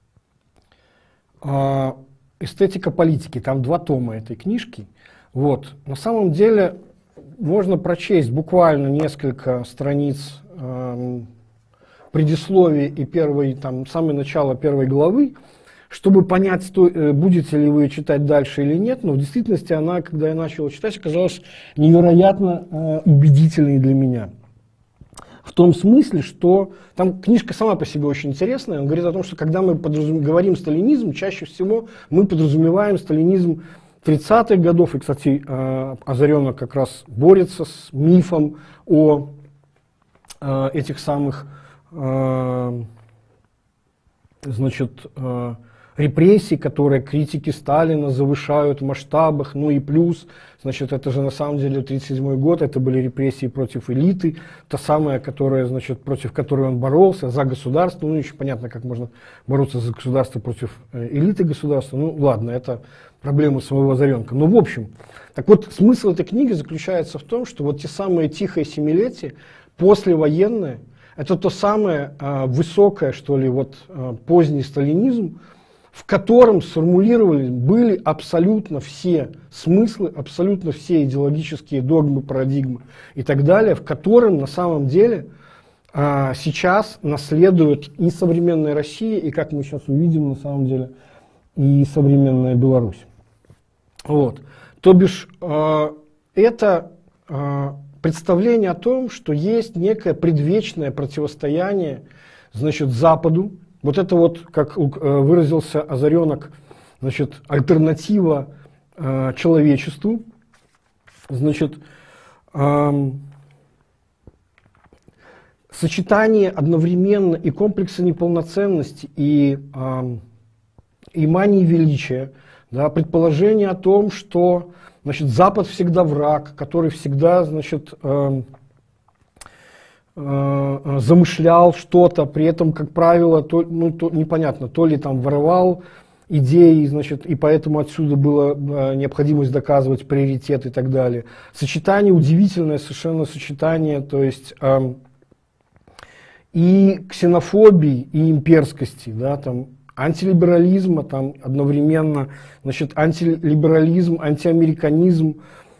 Speaker 1: Эстетика политики. Там 2 тома этой книжки. Вот. На самом деле можно прочесть буквально несколько страниц предисловия и самое начало 1 главы, чтобы понять, будете ли вы читать дальше или нет. Но в действительности она, когда я начал читать, оказалась невероятно убедительной для меня. В том смысле, что там книжка сама по себе очень интересная. Он говорит о том, что когда мы говорим сталинизм, чаще всего мы подразумеваем сталинизм 30-х годов. И, кстати, Озаренок как раз борется с мифом о этих самых, значит, репрессий, которые критики Сталина завышают в масштабах, ну и плюс, значит, это же на самом деле 1937 год, это были репрессии против элиты, та самая, которая, значит, против которой он боролся, за государство, ну еще понятно, как можно бороться за государство против элиты государства, ну ладно, это проблема самого Озаренка. Но в общем, так вот, смысл этой книги заключается в том, что вот те самые тихое семилетие, послевоенное, это то самое высокое, что ли, вот поздний сталинизм, в котором сформулировали были абсолютно все смыслы, абсолютно все идеологические догмы, парадигмы и так далее, в котором на самом деле сейчас наследует и современная Россия, и, как мы сейчас увидим, на самом деле, и современная Беларусь. Вот. То бишь, это представление о том, что есть некое предвечное противостояние, значит, Западу. Вот это вот, как выразился Озаренок, значит, альтернатива человечеству, значит, сочетание одновременно и комплекса неполноценности, и мании величия, да, предположение о том, что, значит, Запад всегда враг, который всегда, значит, замышлял что-то, при этом, как правило, непонятно, то ли там воровал идеи, значит, и поэтому отсюда была необходимость доказывать приоритет и так далее. Сочетание, удивительное совершенно сочетание, то есть и ксенофобии, и имперскости, да, там, антилиберализма, там одновременно, значит, антилиберализм, антиамериканизм,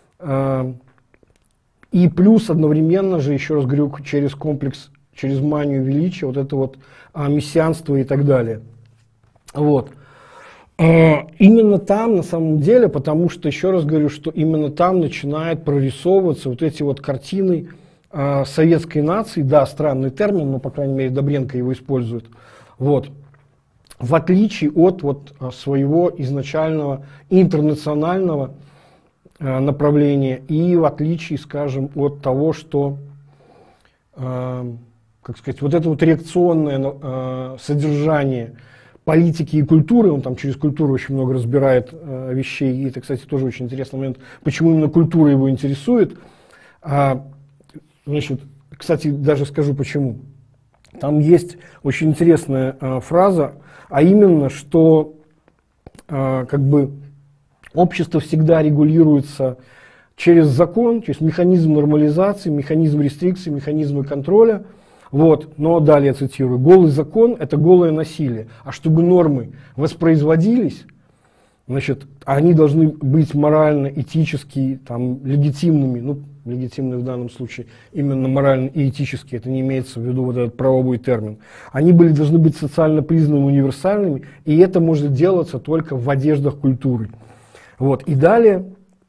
Speaker 1: и плюс одновременно же, еще раз говорю, через комплекс, через манию величия, вот это вот мессианство и так далее. Вот. Именно там, на самом деле, потому что, еще раз говорю, что именно там начинают прорисовываться вот эти вот картины советской нации, да, странный термин, но, по крайней мере, Добренко его использует, вот. В отличие от вот своего изначального интернационального направления и в отличие, скажем, от того, что, как сказать, вот это вот реакционное содержание политики и культуры, он там через культуру очень много разбирает вещей, и это, кстати, тоже очень интересный момент, почему именно культура его интересует. Значит, кстати, даже скажу почему. Там есть очень интересная фраза, а именно, что как бы общество всегда регулируется через закон, через механизм нормализации, механизм рестрикции, механизмы контроля. Вот. Но далее цитирую: голый закон – это голое насилие. А чтобы нормы воспроизводились, значит, они должны быть морально, этически, там, легитимными, ну, легитимны в данном случае именно морально и этически, это не имеется в виду вот этот правовой термин. Они должны быть социально признанными, универсальными, и это может делаться только в одеждах культуры. Вот. И далее,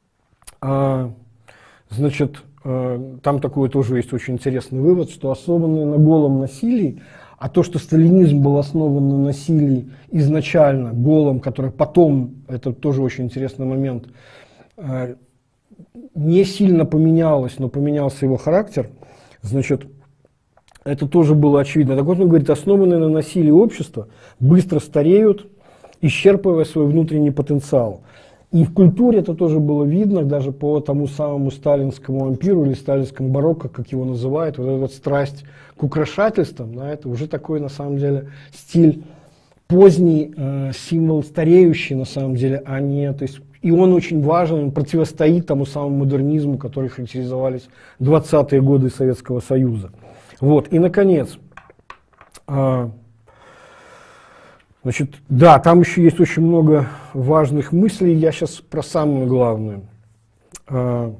Speaker 1: значит, там такой тоже есть очень интересный вывод, что основанное на голом насилии, а то, что сталинизм был основан на насилии изначально, голом, который потом, это тоже очень интересный момент, не сильно поменялось, но поменялся его характер, значит, это тоже было очевидно. Так вот, он говорит, основанные на насилии общества быстро стареют, исчерпывая свой внутренний потенциал. И в культуре это тоже было видно, даже по тому самому сталинскому ампиру или сталинскому барокко, как его называют, вот эта вот страсть к украшательствам, да, это уже такой, на самом деле, стиль поздний, символ стареющий, на самом деле, а не, то есть, и он очень важен, он противостоит тому самому модернизму, который характеризовались 20-е годы Советского Союза. Вот, и, наконец, значит, да, там еще есть очень много важных мыслей, я сейчас про самую главную. А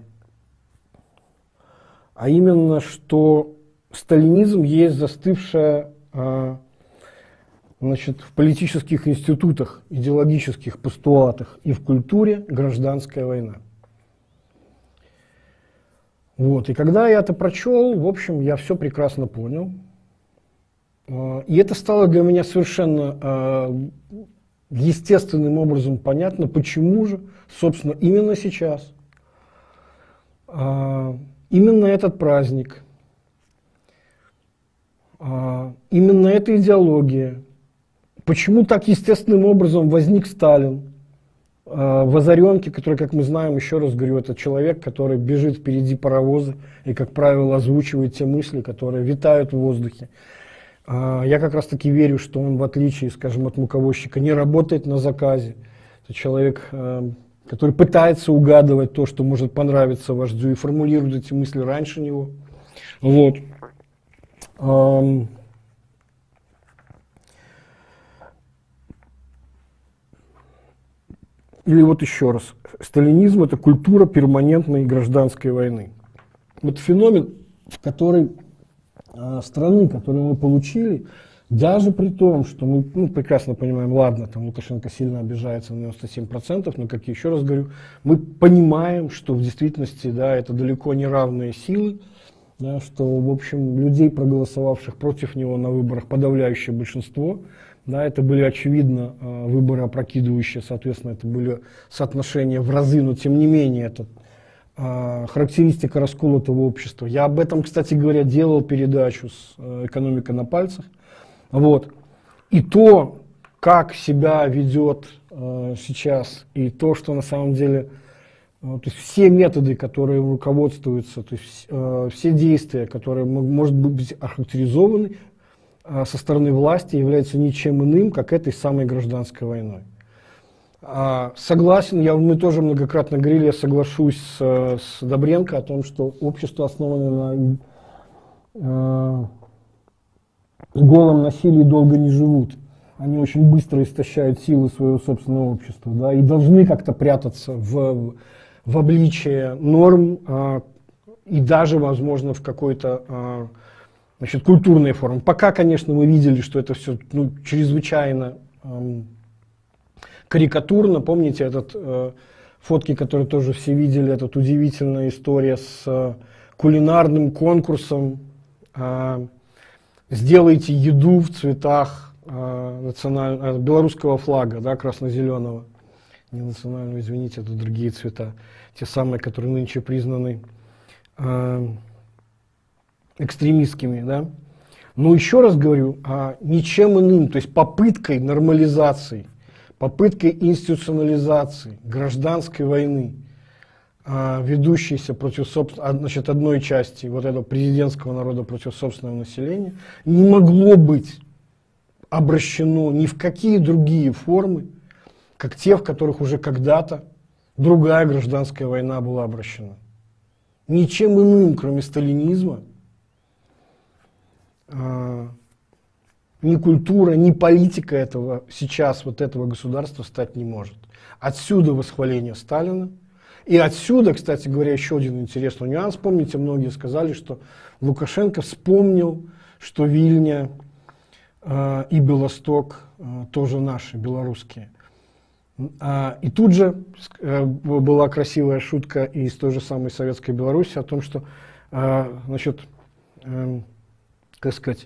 Speaker 1: именно, что сталинизм есть застывшая, значит, в политических институтах, идеологических постулатах и в культуре гражданская война. Вот, и когда я это прочел, в общем, я все прекрасно понял. И это стало для меня совершенно естественным образом понятно, почему же, собственно, именно сейчас, именно этот праздник, именно эта идеология, почему так естественным образом возник Сталин в Озаренке, который, как мы знаем, еще раз говорю, это человек, который бежит впереди паровоза и, как правило, озвучивает те мысли, которые витают в воздухе. Я как раз таки верю, что он, в отличие, скажем, от муковозчика, не работает на заказе. Это человек, который пытается угадывать то, что может понравиться вождю, и формулирует эти мысли раньше него. Вот. Или вот еще раз. Сталинизм – это культура перманентной гражданской войны. Вот феномен, в который страны, которые мы получили, даже при том, что мы прекрасно понимаем, ладно, там Лукашенко сильно обижается на 97%, но, как я еще раз говорю, мы понимаем, что в действительности, да, это далеко не равные силы, да, что, в общем, людей, проголосовавших против него на выборах, подавляющее большинство, да, это были, очевидно, выборы опрокидывающие, соответственно, это были соотношения в разы, но, тем не менее, это характеристика расколотого общества. Я об этом, кстати говоря, делал передачу с «Экономика на пальцах». Вот. И то, как себя ведет сейчас, и то, что на самом деле, то есть все методы, которые руководствуются, то есть все действия, которые могут быть охарактеризованы со стороны власти, являются ничем иным, как этой самой гражданской войной. Согласен, мы тоже многократно говорили, я соглашусь с Добренко о том, что общество, основанное на голом насилии, долго не живут. Они очень быстро истощают силы своего собственного общества, да, и должны как-то прятаться в обличие норм и даже, возможно, в какой-то культурной форме. Пока, конечно, мы видели, что это все чрезвычайно карикатурно. Помните фотки, которые тоже все видели, эта удивительная история с кулинарным конкурсом «Сделайте еду в цветах белорусского флага, да, красно-зеленого». Не национального, извините, это другие цвета. Те самые, которые нынче признаны экстремистскими. Да? Но еще раз говорю, ничем иным, то есть попыткой нормализации, попыткой институционализации гражданской войны, ведущейся против значит, одной части вот этого президентского народа против собственного населения, не могло быть обращено ни в какие другие формы, как те, в которых уже когда-то другая гражданская война была обращена. Ничем иным, кроме сталинизма, ни культура, ни политика этого сейчас, вот этого государства стать не может. Отсюда восхваление Сталина. И отсюда, кстати говоря, еще один интересный нюанс. Помните, многие сказали, что Лукашенко вспомнил, что Вильня и Белосток тоже наши, белорусские. И тут же была красивая шутка из той же самой Советской Беларуси о том, что, значит, как сказать,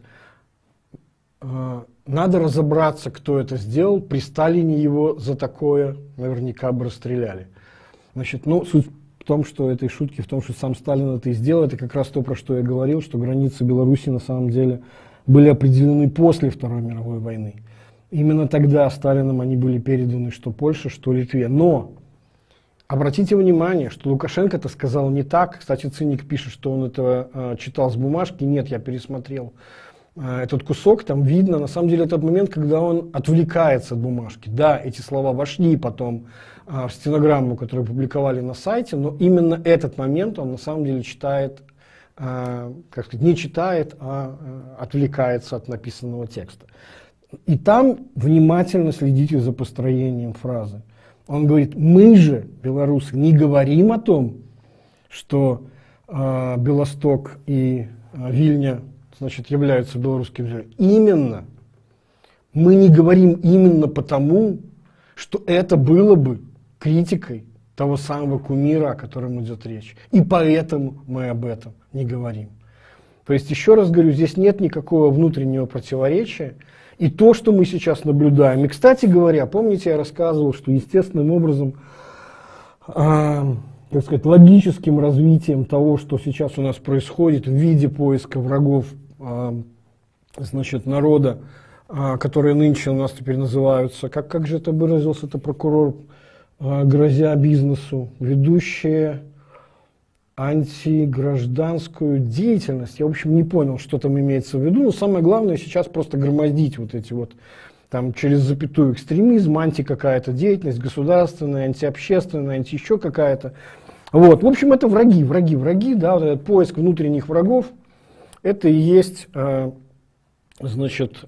Speaker 1: надо разобраться, кто это сделал. При Сталине его за такое наверняка бы расстреляли. Значит, ну, суть в том, что этой шутки, в том, что сам Сталин это и сделал, это как раз то, про что я говорил, что границы Беларуси на самом деле были определены после Второй мировой войны. Именно тогда Сталином они были переданы что Польше, что Литве. Но обратите внимание, что Лукашенко это сказал не так. Кстати, Циник пишет, что он это читал с бумажки. Нет, я пересмотрел этот кусок. Там видно, на самом деле, этот момент, когда он отвлекается от бумажки. Да, эти слова вошли потом в стенограмму, которую публиковали на сайте, но именно этот момент он на самом деле читает, как сказать, не читает, а отвлекается от написанного текста. И там внимательно следите за построением фразы. Он говорит, мы же, белорусы, не говорим о том, что Белосток и Вильня, значит, являются белорусским землей. Именно. Мы не говорим именно потому, что это было бы критикой того самого кумира, о котором идет речь. И поэтому мы об этом не говорим. То есть, еще раз говорю, здесь нет никакого внутреннего противоречия. И то, что мы сейчас наблюдаем. И, кстати говоря, помните, я рассказывал, что естественным образом, так сказать, логическим развитием того, что сейчас у нас происходит в виде поиска врагов, значит, народа, которые нынче у нас теперь называются, как же это выразился это прокурор, грозя бизнесу, ведущие антигражданскую деятельность. Я, в общем, не понял, что там имеется в виду, но самое главное сейчас просто громоздить вот эти вот, там, через запятую экстремизм, какая-то деятельность государственная, антиобщественная, еще какая-то. Вот, в общем, это враги, да, вот этот поиск внутренних врагов, это и есть, значит,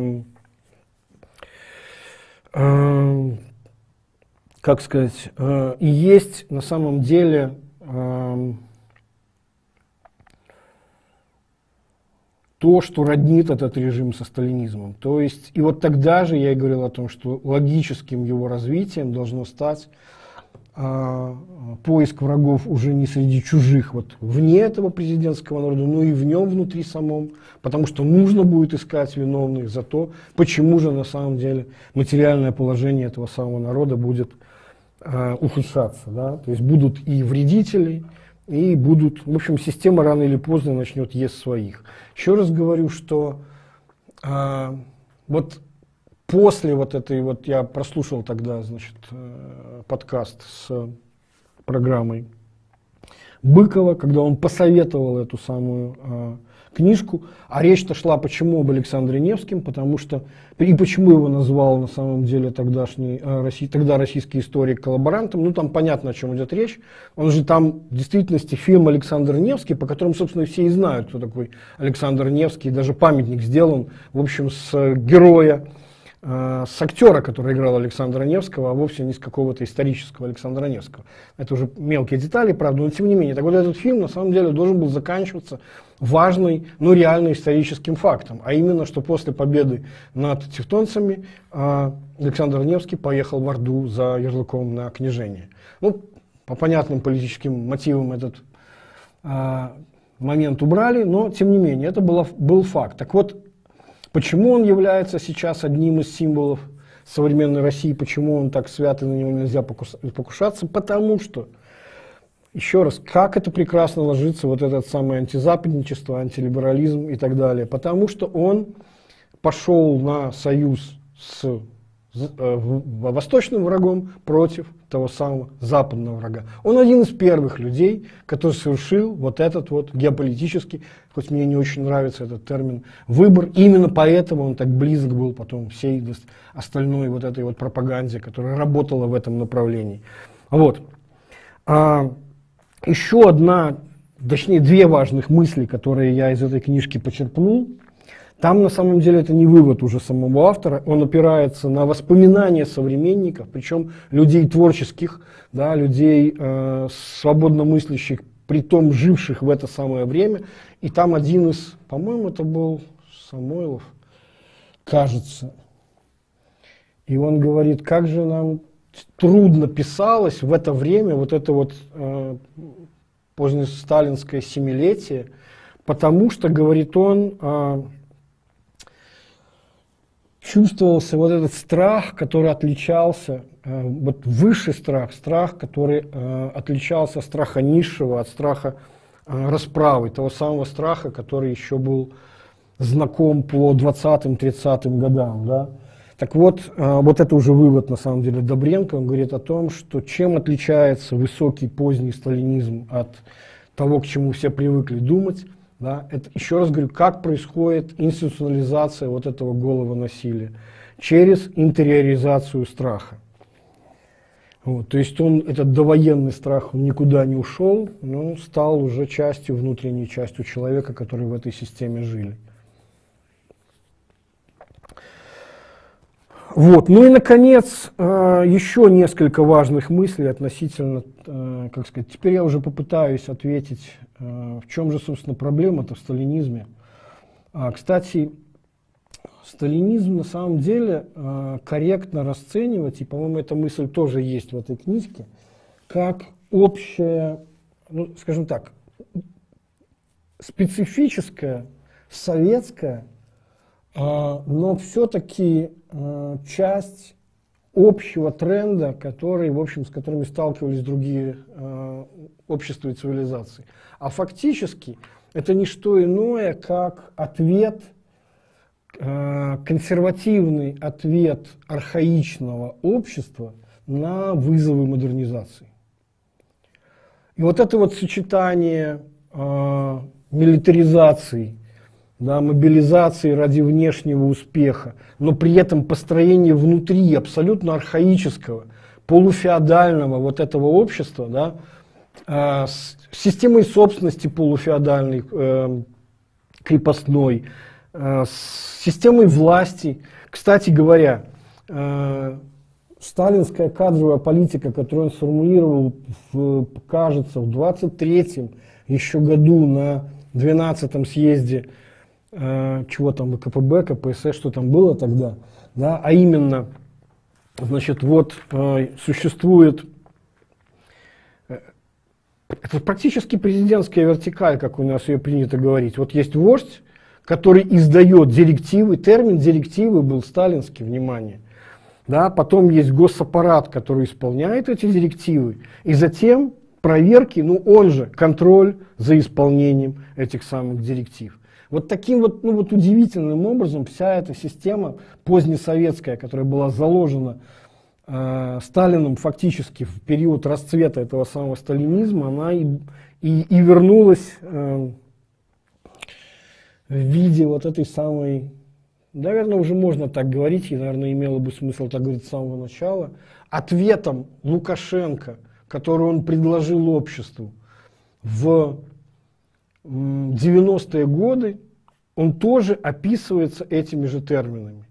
Speaker 1: как сказать, и есть на самом деле то, что роднит этот режим со сталинизмом. То есть, и вот тогда же я и говорил о том, что логическим его развитием должно стать поиск врагов уже не среди чужих, вот вне этого президентского народа, но и в нем внутри самом, потому что нужно будет искать виновных за то, почему же на самом деле материальное положение этого самого народа будет ухудшаться, да? То есть будут и вредители, и будут, в общем, система рано или поздно начнет есть своих. Еще раз говорю, что вот после вот этой вот, я прослушал тогда, значит, подкаст с программой Быкова, когда он посоветовал эту самую книжку, а речь-то шла почему об Александре Невском, потому что, и почему его назвал на самом деле тогда российский историк коллаборантом, ну там понятно, о чем идет речь, он же там в действительности фильм «Александр Невский», по которому, собственно, все и знают, кто такой Александр Невский, даже памятник сделан, в общем, с героя, с актера, который играл Александра Невского, а вовсе не с какого-то исторического Александра Невского. Это уже мелкие детали, правда, но тем не менее. Так вот, этот фильм на самом деле должен был заканчиваться важной, но реально историческим фактом, а именно, что после победы над тевтонцами Александр Невский поехал в Орду за ярлыком на княжение. Ну, по понятным политическим мотивам этот момент убрали, но тем не менее, это был факт. Так вот, почему он является сейчас одним из символов современной России, почему он так свят и на него нельзя покушаться? Потому что еще раз, как это прекрасно ложится, вот этот самый антизападничество, антилиберализм и так далее. Потому что он пошел на союз с восточным врагом против того самого западного врага. Он один из первых людей, который совершил вот этот вот геополитический, хоть мне не очень нравится этот термин, выбор. Именно поэтому он так близок был потом всей остальной вот этой вот пропаганде, которая работала в этом направлении. Вот. Еще одна, точнее две важных мысли, которые я из этой книжки почерпнул. Там на самом деле это не вывод уже самого автора, он опирается на воспоминания современников, причем людей творческих, да, людей свободно мыслящих, притом живших в это самое время. И там один из, по-моему, это был Самойлов, кажется. И он говорит, как же нам трудно писалось в это время, вот это вот позднесталинское семилетие, потому что, говорит он, чувствовался вот этот страх, который отличался, вот высший страх, страх, который отличался от страха низшего, от страха расправы, того самого страха, который еще был знаком по 20-30 годам. Да? Так вот, вот это уже вывод, на самом деле, Добренко, он говорит о том, что чем отличается высокий поздний сталинизм от того, к чему все привыкли думать. Да, это, еще раз говорю, как происходит институционализация вот этого голого насилия через интериоризацию страха. Вот, то есть он, этот довоенный страх, он никуда не ушел, но стал уже частью, внутренней частью человека, который в этой системе жили. Вот. Ну и, наконец, еще несколько важных мыслей относительно, как сказать, теперь я уже попытаюсь ответить, в чем же, собственно, проблема-то в сталинизме. Кстати, сталинизм на самом деле корректно расценивать, и, по-моему, эта мысль тоже есть в этой книжке, как общее, ну, скажем так, специфическое, советское, но все-таки часть общего тренда, который, в общем, с которыми сталкивались другие общества и цивилизации. А фактически это не что иное, как ответ, консервативный ответ архаичного общества на вызовы модернизации. И вот это вот сочетание милитаризации, да, мобилизации ради внешнего успеха, но при этом построение внутри абсолютно архаического, полуфеодального вот этого общества, да, с системой собственности полуфеодальной, крепостной, с системой власти. Кстати говоря, сталинская кадровая политика, которую он сформулировал, кажется, в 23-м еще году на 12-м съезде чего там, КПБ, КПСС, что там было тогда, да, а именно, значит, вот существует, это практически президентская вертикаль, как у нас ее принято говорить. Вот есть вождь, который издает директивы, термин директивы был сталинский, внимание, да, потом есть госаппарат, который исполняет эти директивы, и затем проверки, ну он же контроль за исполнением этих самых директив. Вот таким вот, ну вот удивительным образом вся эта система позднесоветская, которая была заложена Сталиным фактически в период расцвета этого самого сталинизма, она и вернулась в виде вот этой самой, наверное, уже можно так говорить, и, наверное, имело бы смысл так говорить с самого начала, ответом Лукашенко, который он предложил обществу в 90-е годы, он тоже описывается этими же терминами.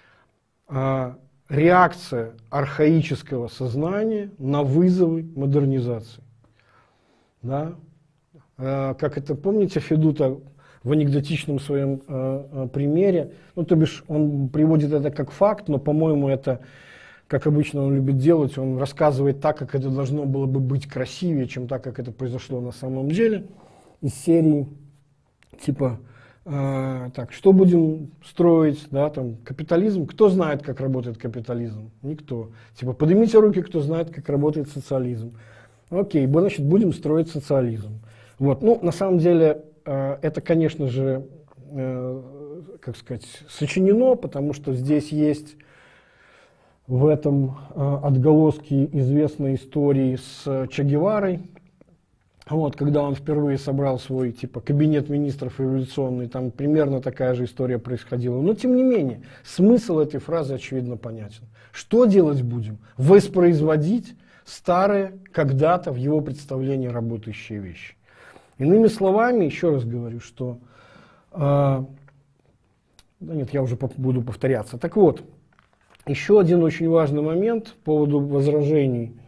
Speaker 1: Реакция архаического сознания на вызовы модернизации. Да? Как это, помните, Федута в анекдотичном своем примере, ну, то бишь, он приводит это как факт, но, по-моему, это, как обычно он любит делать, он рассказывает так, как это должно было бы быть красивее, чем так, как это произошло на самом деле. Из серии типа так, что будем строить, да, там, капитализм, кто знает, как работает капитализм? Никто. Типа, поднимите руки, кто знает, как работает социализм. Окей, значит, будем строить социализм. Вот. Ну, на самом деле, это, конечно же, как сказать, сочинено, потому что здесь есть в этом отголоски известной истории с Че Геварой. Вот, когда он впервые собрал свой типа кабинет министров революционный, там примерно такая же история происходила. Но тем не менее, смысл этой фразы очевидно понятен. Что делать будем? Воспроизводить старые, когда-то в его представлении работающие вещи. Иными словами, еще раз говорю, что... да нет, я уже буду повторяться. Так вот, еще один очень важный момент по поводу возражений.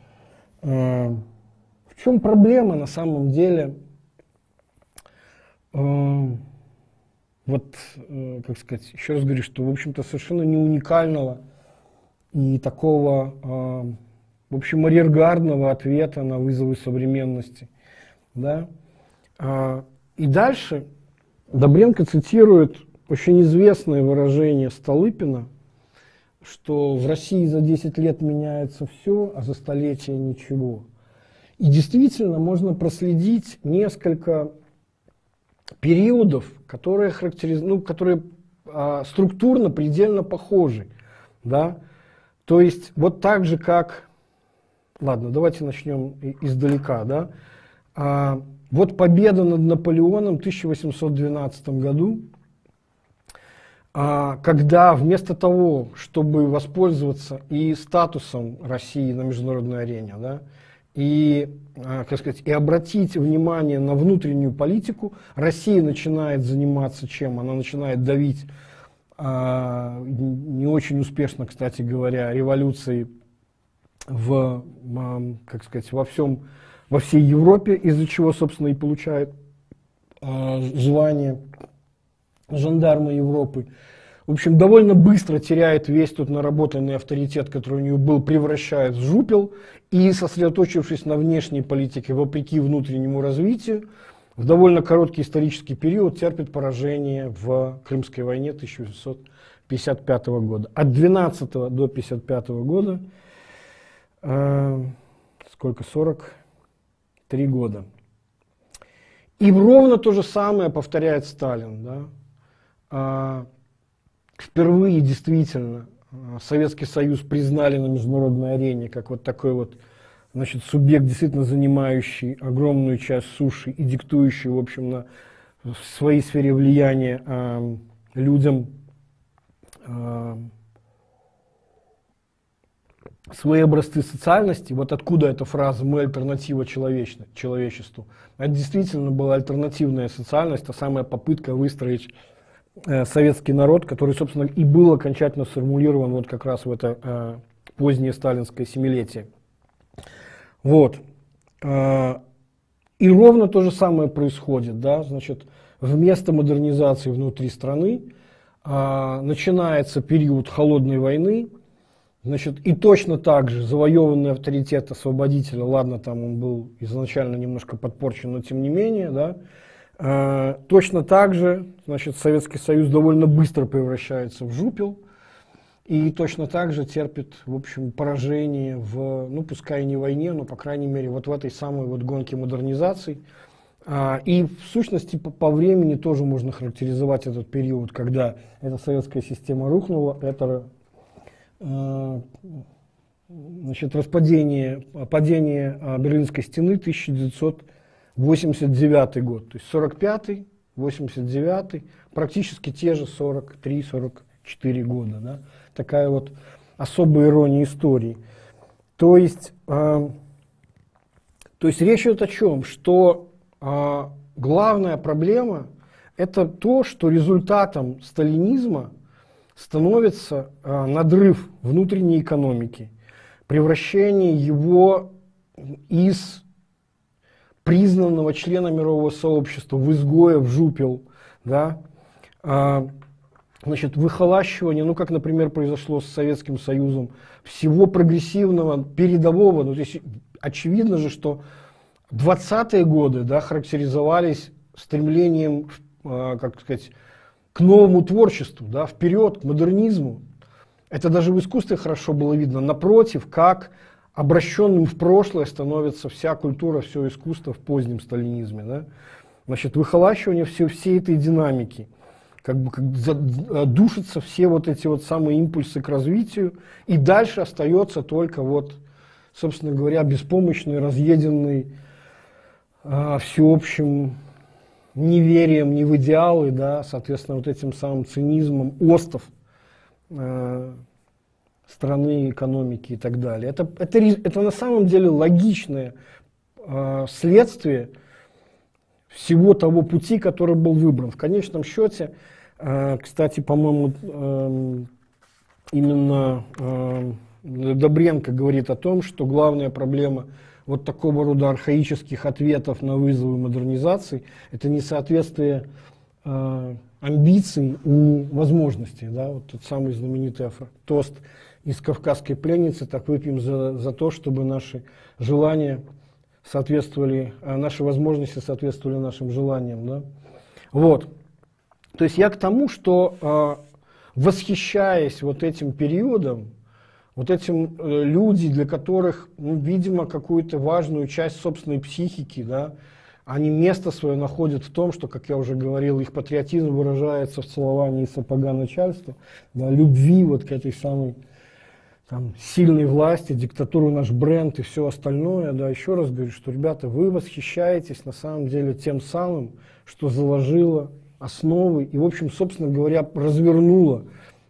Speaker 1: В чем проблема на самом деле, вот, как сказать, еще раз говорю, что, в общем-то, совершенно не уникального и такого, в общем, арьергардного ответа на вызовы современности. Да? И дальше Добренко цитирует очень известное выражение Столыпина, что в России за 10 лет меняется все, а за столетие ничего. И действительно можно проследить несколько периодов, которые, которые структурно предельно похожи. Да? То есть вот так же, как... Ладно, давайте начнем издалека. Да? Вот победа над Наполеоном в 1812 году, когда вместо того, чтобы воспользоваться и статусом России на международной арене, да, и, как сказать, и обратить внимание на внутреннюю политику, Россия начинает заниматься чем? Она начинает давить, не очень успешно, кстати говоря, революцией как сказать, во всей Европе, из-за чего, собственно, и получает звание жандарма Европы. В общем, довольно быстро теряет весь тот наработанный авторитет, который у нее был, превращает в жупел, и, сосредоточившись на внешней политике, вопреки внутреннему развитию, в довольно короткий исторический период терпит поражение в Крымской войне 1855 года. От 12 до 1955 года, сколько, 43 года. И ровно то же самое повторяет Сталин. Да? Впервые действительно Советский Союз признали на международной арене как вот такой вот, значит, субъект, действительно занимающий огромную часть суши и диктующий, в общем, в своей сфере влияния людям свои образцы социальности. Вот откуда эта фраза «мы альтернатива человечеству». Это действительно была альтернативная социальность, та самая попытка выстроить советский народ, который, собственно, и был окончательно сформулирован вот как раз в это позднее сталинское семилетие. Вот. И ровно то же самое происходит. Да? Значит, вместо модернизации внутри страны начинается период холодной войны. Значит, и точно так же завоеванный авторитет освободителя, ладно, там он был изначально немножко подпорчен, но тем не менее, да, точно так же, значит, Советский Союз довольно быстро превращается в жупел и точно так же терпит, в общем, поражение в, ну, пускай не войне, но, по крайней мере, вот в этой самой вот гонке модернизаций. И в сущности по времени тоже можно характеризовать этот период, когда эта советская система рухнула, это, значит, падение Берлинской стены 1989 год, то есть 45-й, 89-й, практически те же 43-44 года. Да? Такая вот особая ирония истории. То есть речь идет о чем? Что главная проблема – это то, что результатом сталинизма становится надрыв внутренней экономики, превращение его из признанного члена мирового сообщества в изгоя, в жупел, да? Значит, выхолащивание, ну как, например, произошло с Советским Союзом, всего прогрессивного, передового. Ну, то есть очевидно же, что 20-е годы, да, характеризовались стремлением, как сказать, к новому творчеству, да, вперед, к модернизму. Это даже в искусстве хорошо было видно. Напротив, как обращенным в прошлое становится вся культура, все искусство в позднем сталинизме. Да? Значит, выхолащивание всей этой динамики, душатся все вот эти вот самые импульсы к развитию, и дальше остается только вот, собственно говоря, беспомощный, разъеденный всеобщим неверием не в идеалы, да, соответственно, вот этим самым цинизмом остов страны, экономики и так далее. Это на самом деле логичное следствие всего того пути, который был выбран. В конечном счете, кстати, по-моему, именно Добренко говорит о том, что главная проблема вот такого рода архаических ответов на вызовы модернизации – это несоответствие амбиций и возможностей. Да? Вот тот самый знаменитый тост из «Кавказской пленницы», так выпьем за то, чтобы наши желания соответствовали, наши возможности соответствовали нашим желаниям. Да? Вот. То есть я к тому, что восхищаясь вот этим периодом, вот этим люди, для которых, ну, видимо, какую-то важную часть собственной психики, да, они место свое находят в том, что, как я уже говорил, их патриотизм выражается в целовании сапога начальства, да, любви вот к этой самой там, сильной власти, диктатуру наш бренд и все остальное. Да. Еще раз говорю, что, ребята, вы восхищаетесь на самом деле тем самым, что заложило основы и, в общем, собственно говоря, развернуло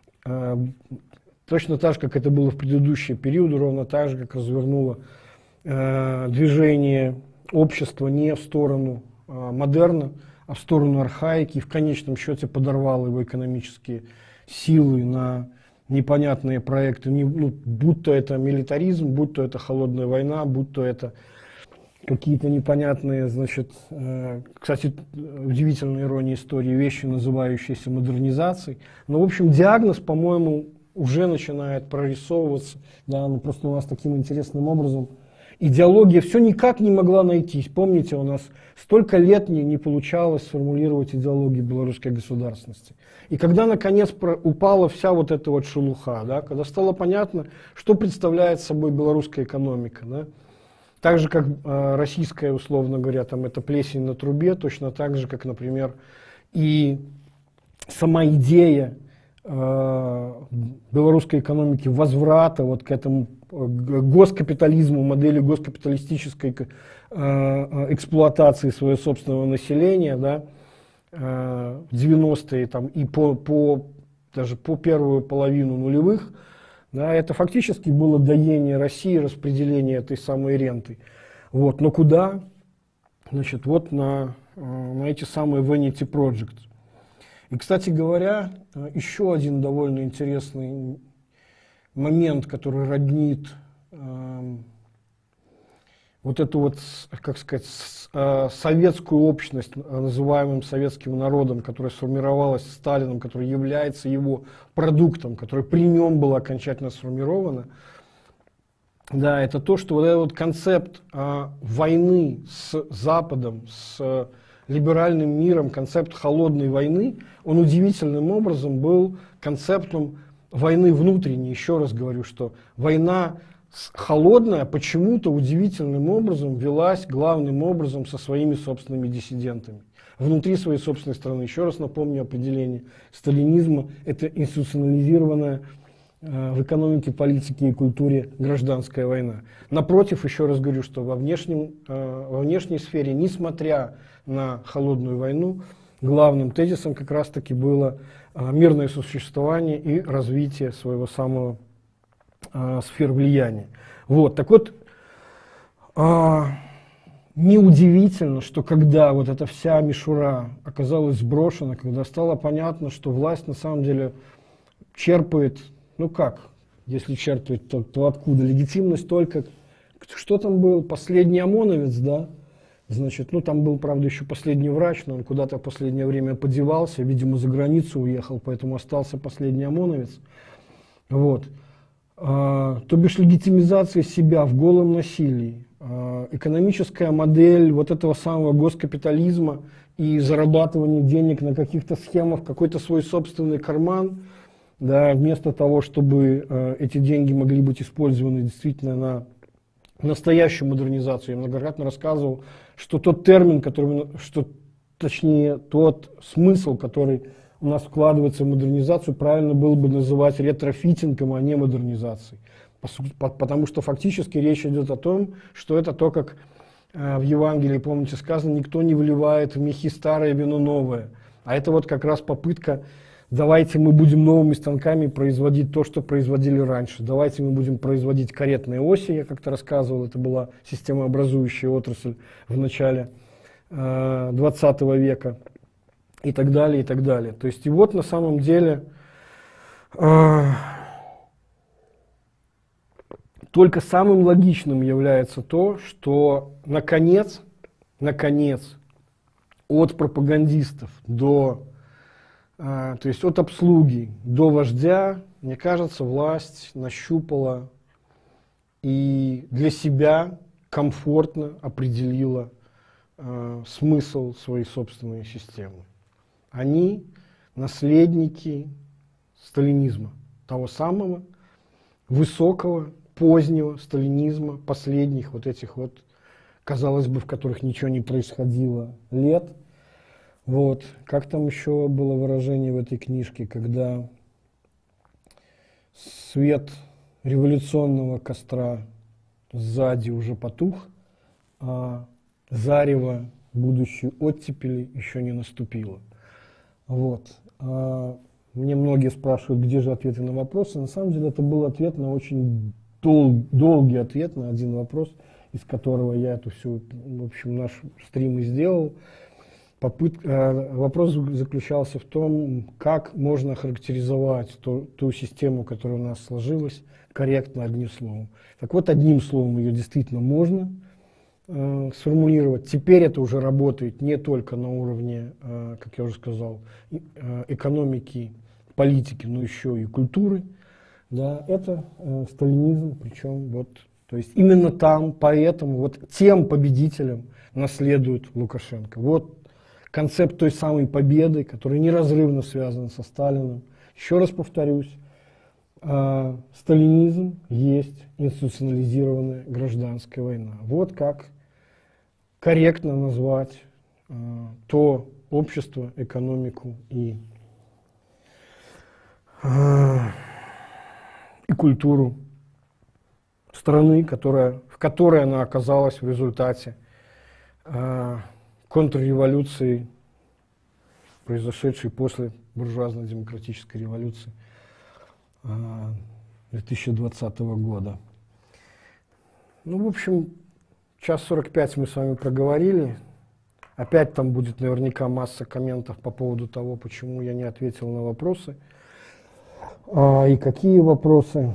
Speaker 1: точно так же, как это было в предыдущие периоды, ровно так же, как развернуло движение общества не в сторону модерна, а в сторону архаики, и в конечном счете подорвало его экономические силы на непонятные проекты, ну, будь то это милитаризм, будь то это холодная война, будь то это какие-то непонятные, значит, кстати, удивительная ирония истории, вещи, называющиеся модернизацией. Но, в общем, диагноз, по-моему, уже начинает прорисовываться, да, ну просто у нас таким интересным образом идеология все никак не могла найтись. Помните, у нас столько лет не получалось сформулировать идеологию белорусской государственности. И когда наконец упала вся вот эта вот шелуха, да, когда стало понятно, что представляет собой белорусская экономика, да, так же как российская, условно говоря, там это плесень на трубе, точно так же, как, например, и сама идея белорусской экономики возврата вот к этому госкапитализму, модели госкапиталистической эксплуатации своего собственного населения, да, в 90-е там, и даже по первую половину нулевых, да, это фактически было доение России, распределение этой самой ренты. Вот. Но куда? Значит, вот на эти самые Vanity Projects. И, кстати говоря, еще один довольно интересный момент, который роднит вот эту вот, как сказать, советскую общность, называемым советским народом, которая сформировалась Сталином, которая является его продуктом, которая при нем была окончательно сформирована, да, это то, что вот этот вот концепт войны с Западом, с либеральным миром, концепт холодной войны, он удивительным образом был концептом войны внутренней. Еще раз говорю, что война холодная почему-то удивительным образом велась главным образом со своими собственными диссидентами. Внутри своей собственной страны. Еще раз напомню определение сталинизма. Это институционализированная в экономике, политике и культуре гражданская война. Напротив, еще раз говорю, что во внешней сфере, несмотря на холодную войну, главным тезисом как раз-таки было мирное сосуществование и развитие своего самого сфер влияния. Вот, так вот, неудивительно, что когда вот эта вся мишура оказалась сброшена, когда стало понятно, что власть на самом деле черпает, ну как, если черпает, то откуда? Легитимность только, что там был, последний ОМОНовец, да? Значит, ну там был, правда, еще последний врач, но он куда-то в последнее время подевался, видимо, за границу уехал, поэтому остался последний ОМОНовец. Вот. То бишь легитимизация себя в голом насилии, экономическая модель вот этого самого госкапитализма и зарабатывание денег на каких-то схемах, какой-то свой собственный карман, да, вместо того, чтобы эти деньги могли быть использованы действительно на настоящую модернизацию. Я многократно рассказывал, что тот термин, точнее тот смысл, который у нас вкладывается в модернизацию, правильно было бы называть ретрофитингом, а не модернизацией. Потому что фактически речь идет о том, что это то, как в Евангелии, помните, сказано, никто не вливает в мехи старое вино новое. А это вот как раз попытка, давайте мы будем новыми станками производить то, что производили раньше. Давайте мы будем производить каретные оси, я как-то рассказывал, это была системообразующая отрасль в начале 20 века. И так далее, и так далее. То есть, и вот на самом деле только самым логичным является то, что наконец, от пропагандистов до, то есть от обслуги до вождя, мне кажется, власть нащупала и для себя комфортно определила смысл своей собственной системы. Они наследники сталинизма, того самого высокого, позднего сталинизма, последних вот этих вот, казалось бы, в которых ничего не происходило, лет. Вот. Как там еще было выражение в этой книжке, когда свет революционного костра сзади уже потух, а зарево будущей оттепели еще не наступило. Вот. Мне многие спрашивают, где же ответы на вопросы. На самом деле это был ответ на очень долгий ответ на один вопрос, из которого я эту всю, в общем, наш стрим и сделал. Вопрос заключался в том, как можно характеризовать ту систему, которая у нас сложилась, корректно одним словом. Так вот, одним словом ее действительно можно сформулировать. Теперь это уже работает не только на уровне, как я уже сказал, экономики, политики, но еще и культуры. Да, это сталинизм, причем вот, то есть именно там, поэтому вот тем победителям наследует Лукашенко. Вот концепт той самой победы, который неразрывно связан со Сталиным. Еще раз повторюсь, сталинизм есть институционализированная гражданская война. Вот как корректно назвать то общество, экономику и культуру страны, в которой она оказалась в результате контрреволюции, произошедшей после буржуазно-демократической революции 2020 года. Ну, в общем, 1:45 мы с вами проговорили. Опять там будет наверняка масса комментов по поводу того, почему я не ответил на вопросы. И какие вопросы.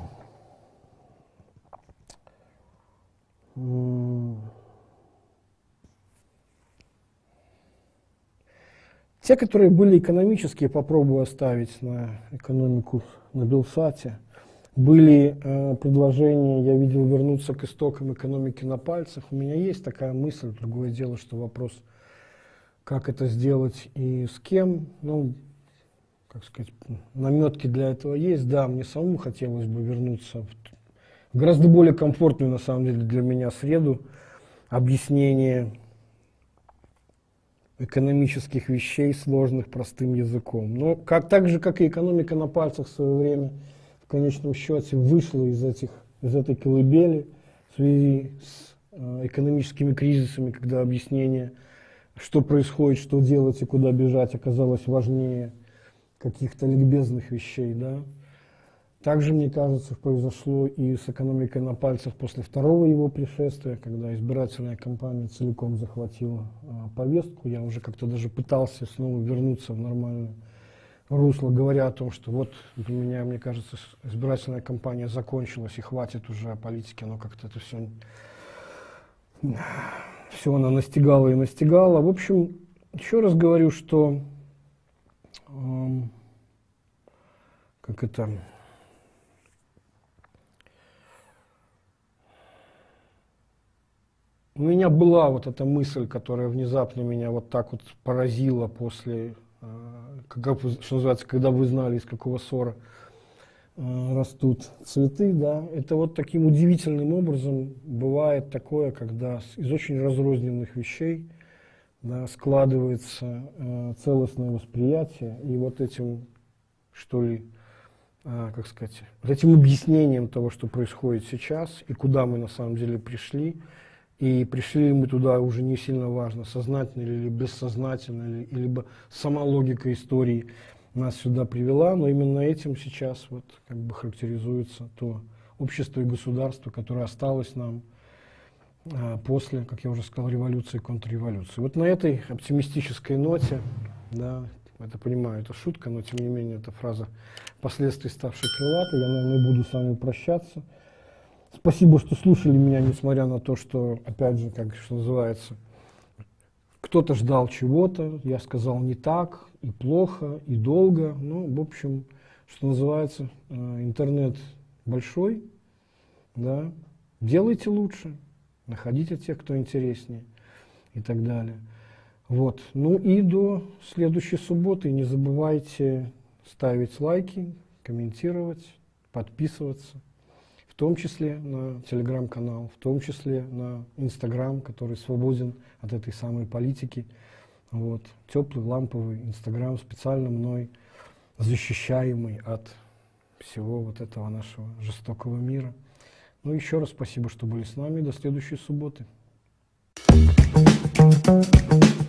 Speaker 1: Те, которые были экономические, попробую оставить на экономику на Белсате. Были предложения, я видел, вернуться к истокам экономики на пальцах. У меня есть такая мысль, другое дело, что вопрос, как это сделать и с кем. Ну, как сказать, наметки для этого есть. Да, мне самому хотелось бы вернуться в гораздо более комфортную, на самом деле, для меня среду объяснения экономических вещей, сложных простым языком. Но так же, как и экономика на пальцах в свое время, в конечном счете вышла из этой колыбели в связи с экономическими кризисами, когда объяснение, что происходит, что делать и куда бежать, оказалось важнее каких-то ликбезных вещей. Да? Также, мне кажется, произошло и с экономикой на пальцах после второго его пришествия, когда избирательная кампания целиком захватила повестку. Я уже как-то даже пытался снова вернуться в нормальное русло, говоря о том, что вот для меня, мне кажется, избирательная кампания закончилась и хватит уже о политике, но как-то это все она настигала и настигала. В общем, еще раз говорю, что у меня была вот эта мысль, которая внезапно меня вот так вот поразила после, что называется, когда вы знали, из какого ссора растут цветы, да. Это вот таким удивительным образом бывает такое, когда из очень разрозненных вещей, да, складывается целостное восприятие, и вот этим, что ли, как сказать, вот этим объяснением того, что происходит сейчас, и куда мы на самом деле пришли, и пришли ли мы туда, уже не сильно важно, сознательно или бессознательно, или либо сама логика истории нас сюда привела, но именно этим сейчас вот как бы характеризуется то общество и государство, которое осталось нам после, как я уже сказал, революции и контрреволюции. Вот на этой оптимистической ноте, да, это понимаю, это шутка, но тем не менее эта фраза впоследствии ставшая крылатой, я, наверное, буду с вами прощаться. Спасибо, что слушали меня, несмотря на то, что, опять же, как что называется, кто-то ждал чего-то, я сказал не так, и плохо, и долго. Ну, в общем, что называется, интернет большой, да, делайте лучше, находите тех, кто интереснее и так далее. Вот. Ну и до следующей субботы не забывайте ставить лайки, комментировать, подписываться. В том числе на телеграм-канал, в том числе на инстаграм, который свободен от этой самой политики. Вот. Теплый, ламповый инстаграм, специально мной защищаемый от всего вот этого нашего жестокого мира. Ну, еще раз спасибо, что были с нами. До следующей субботы.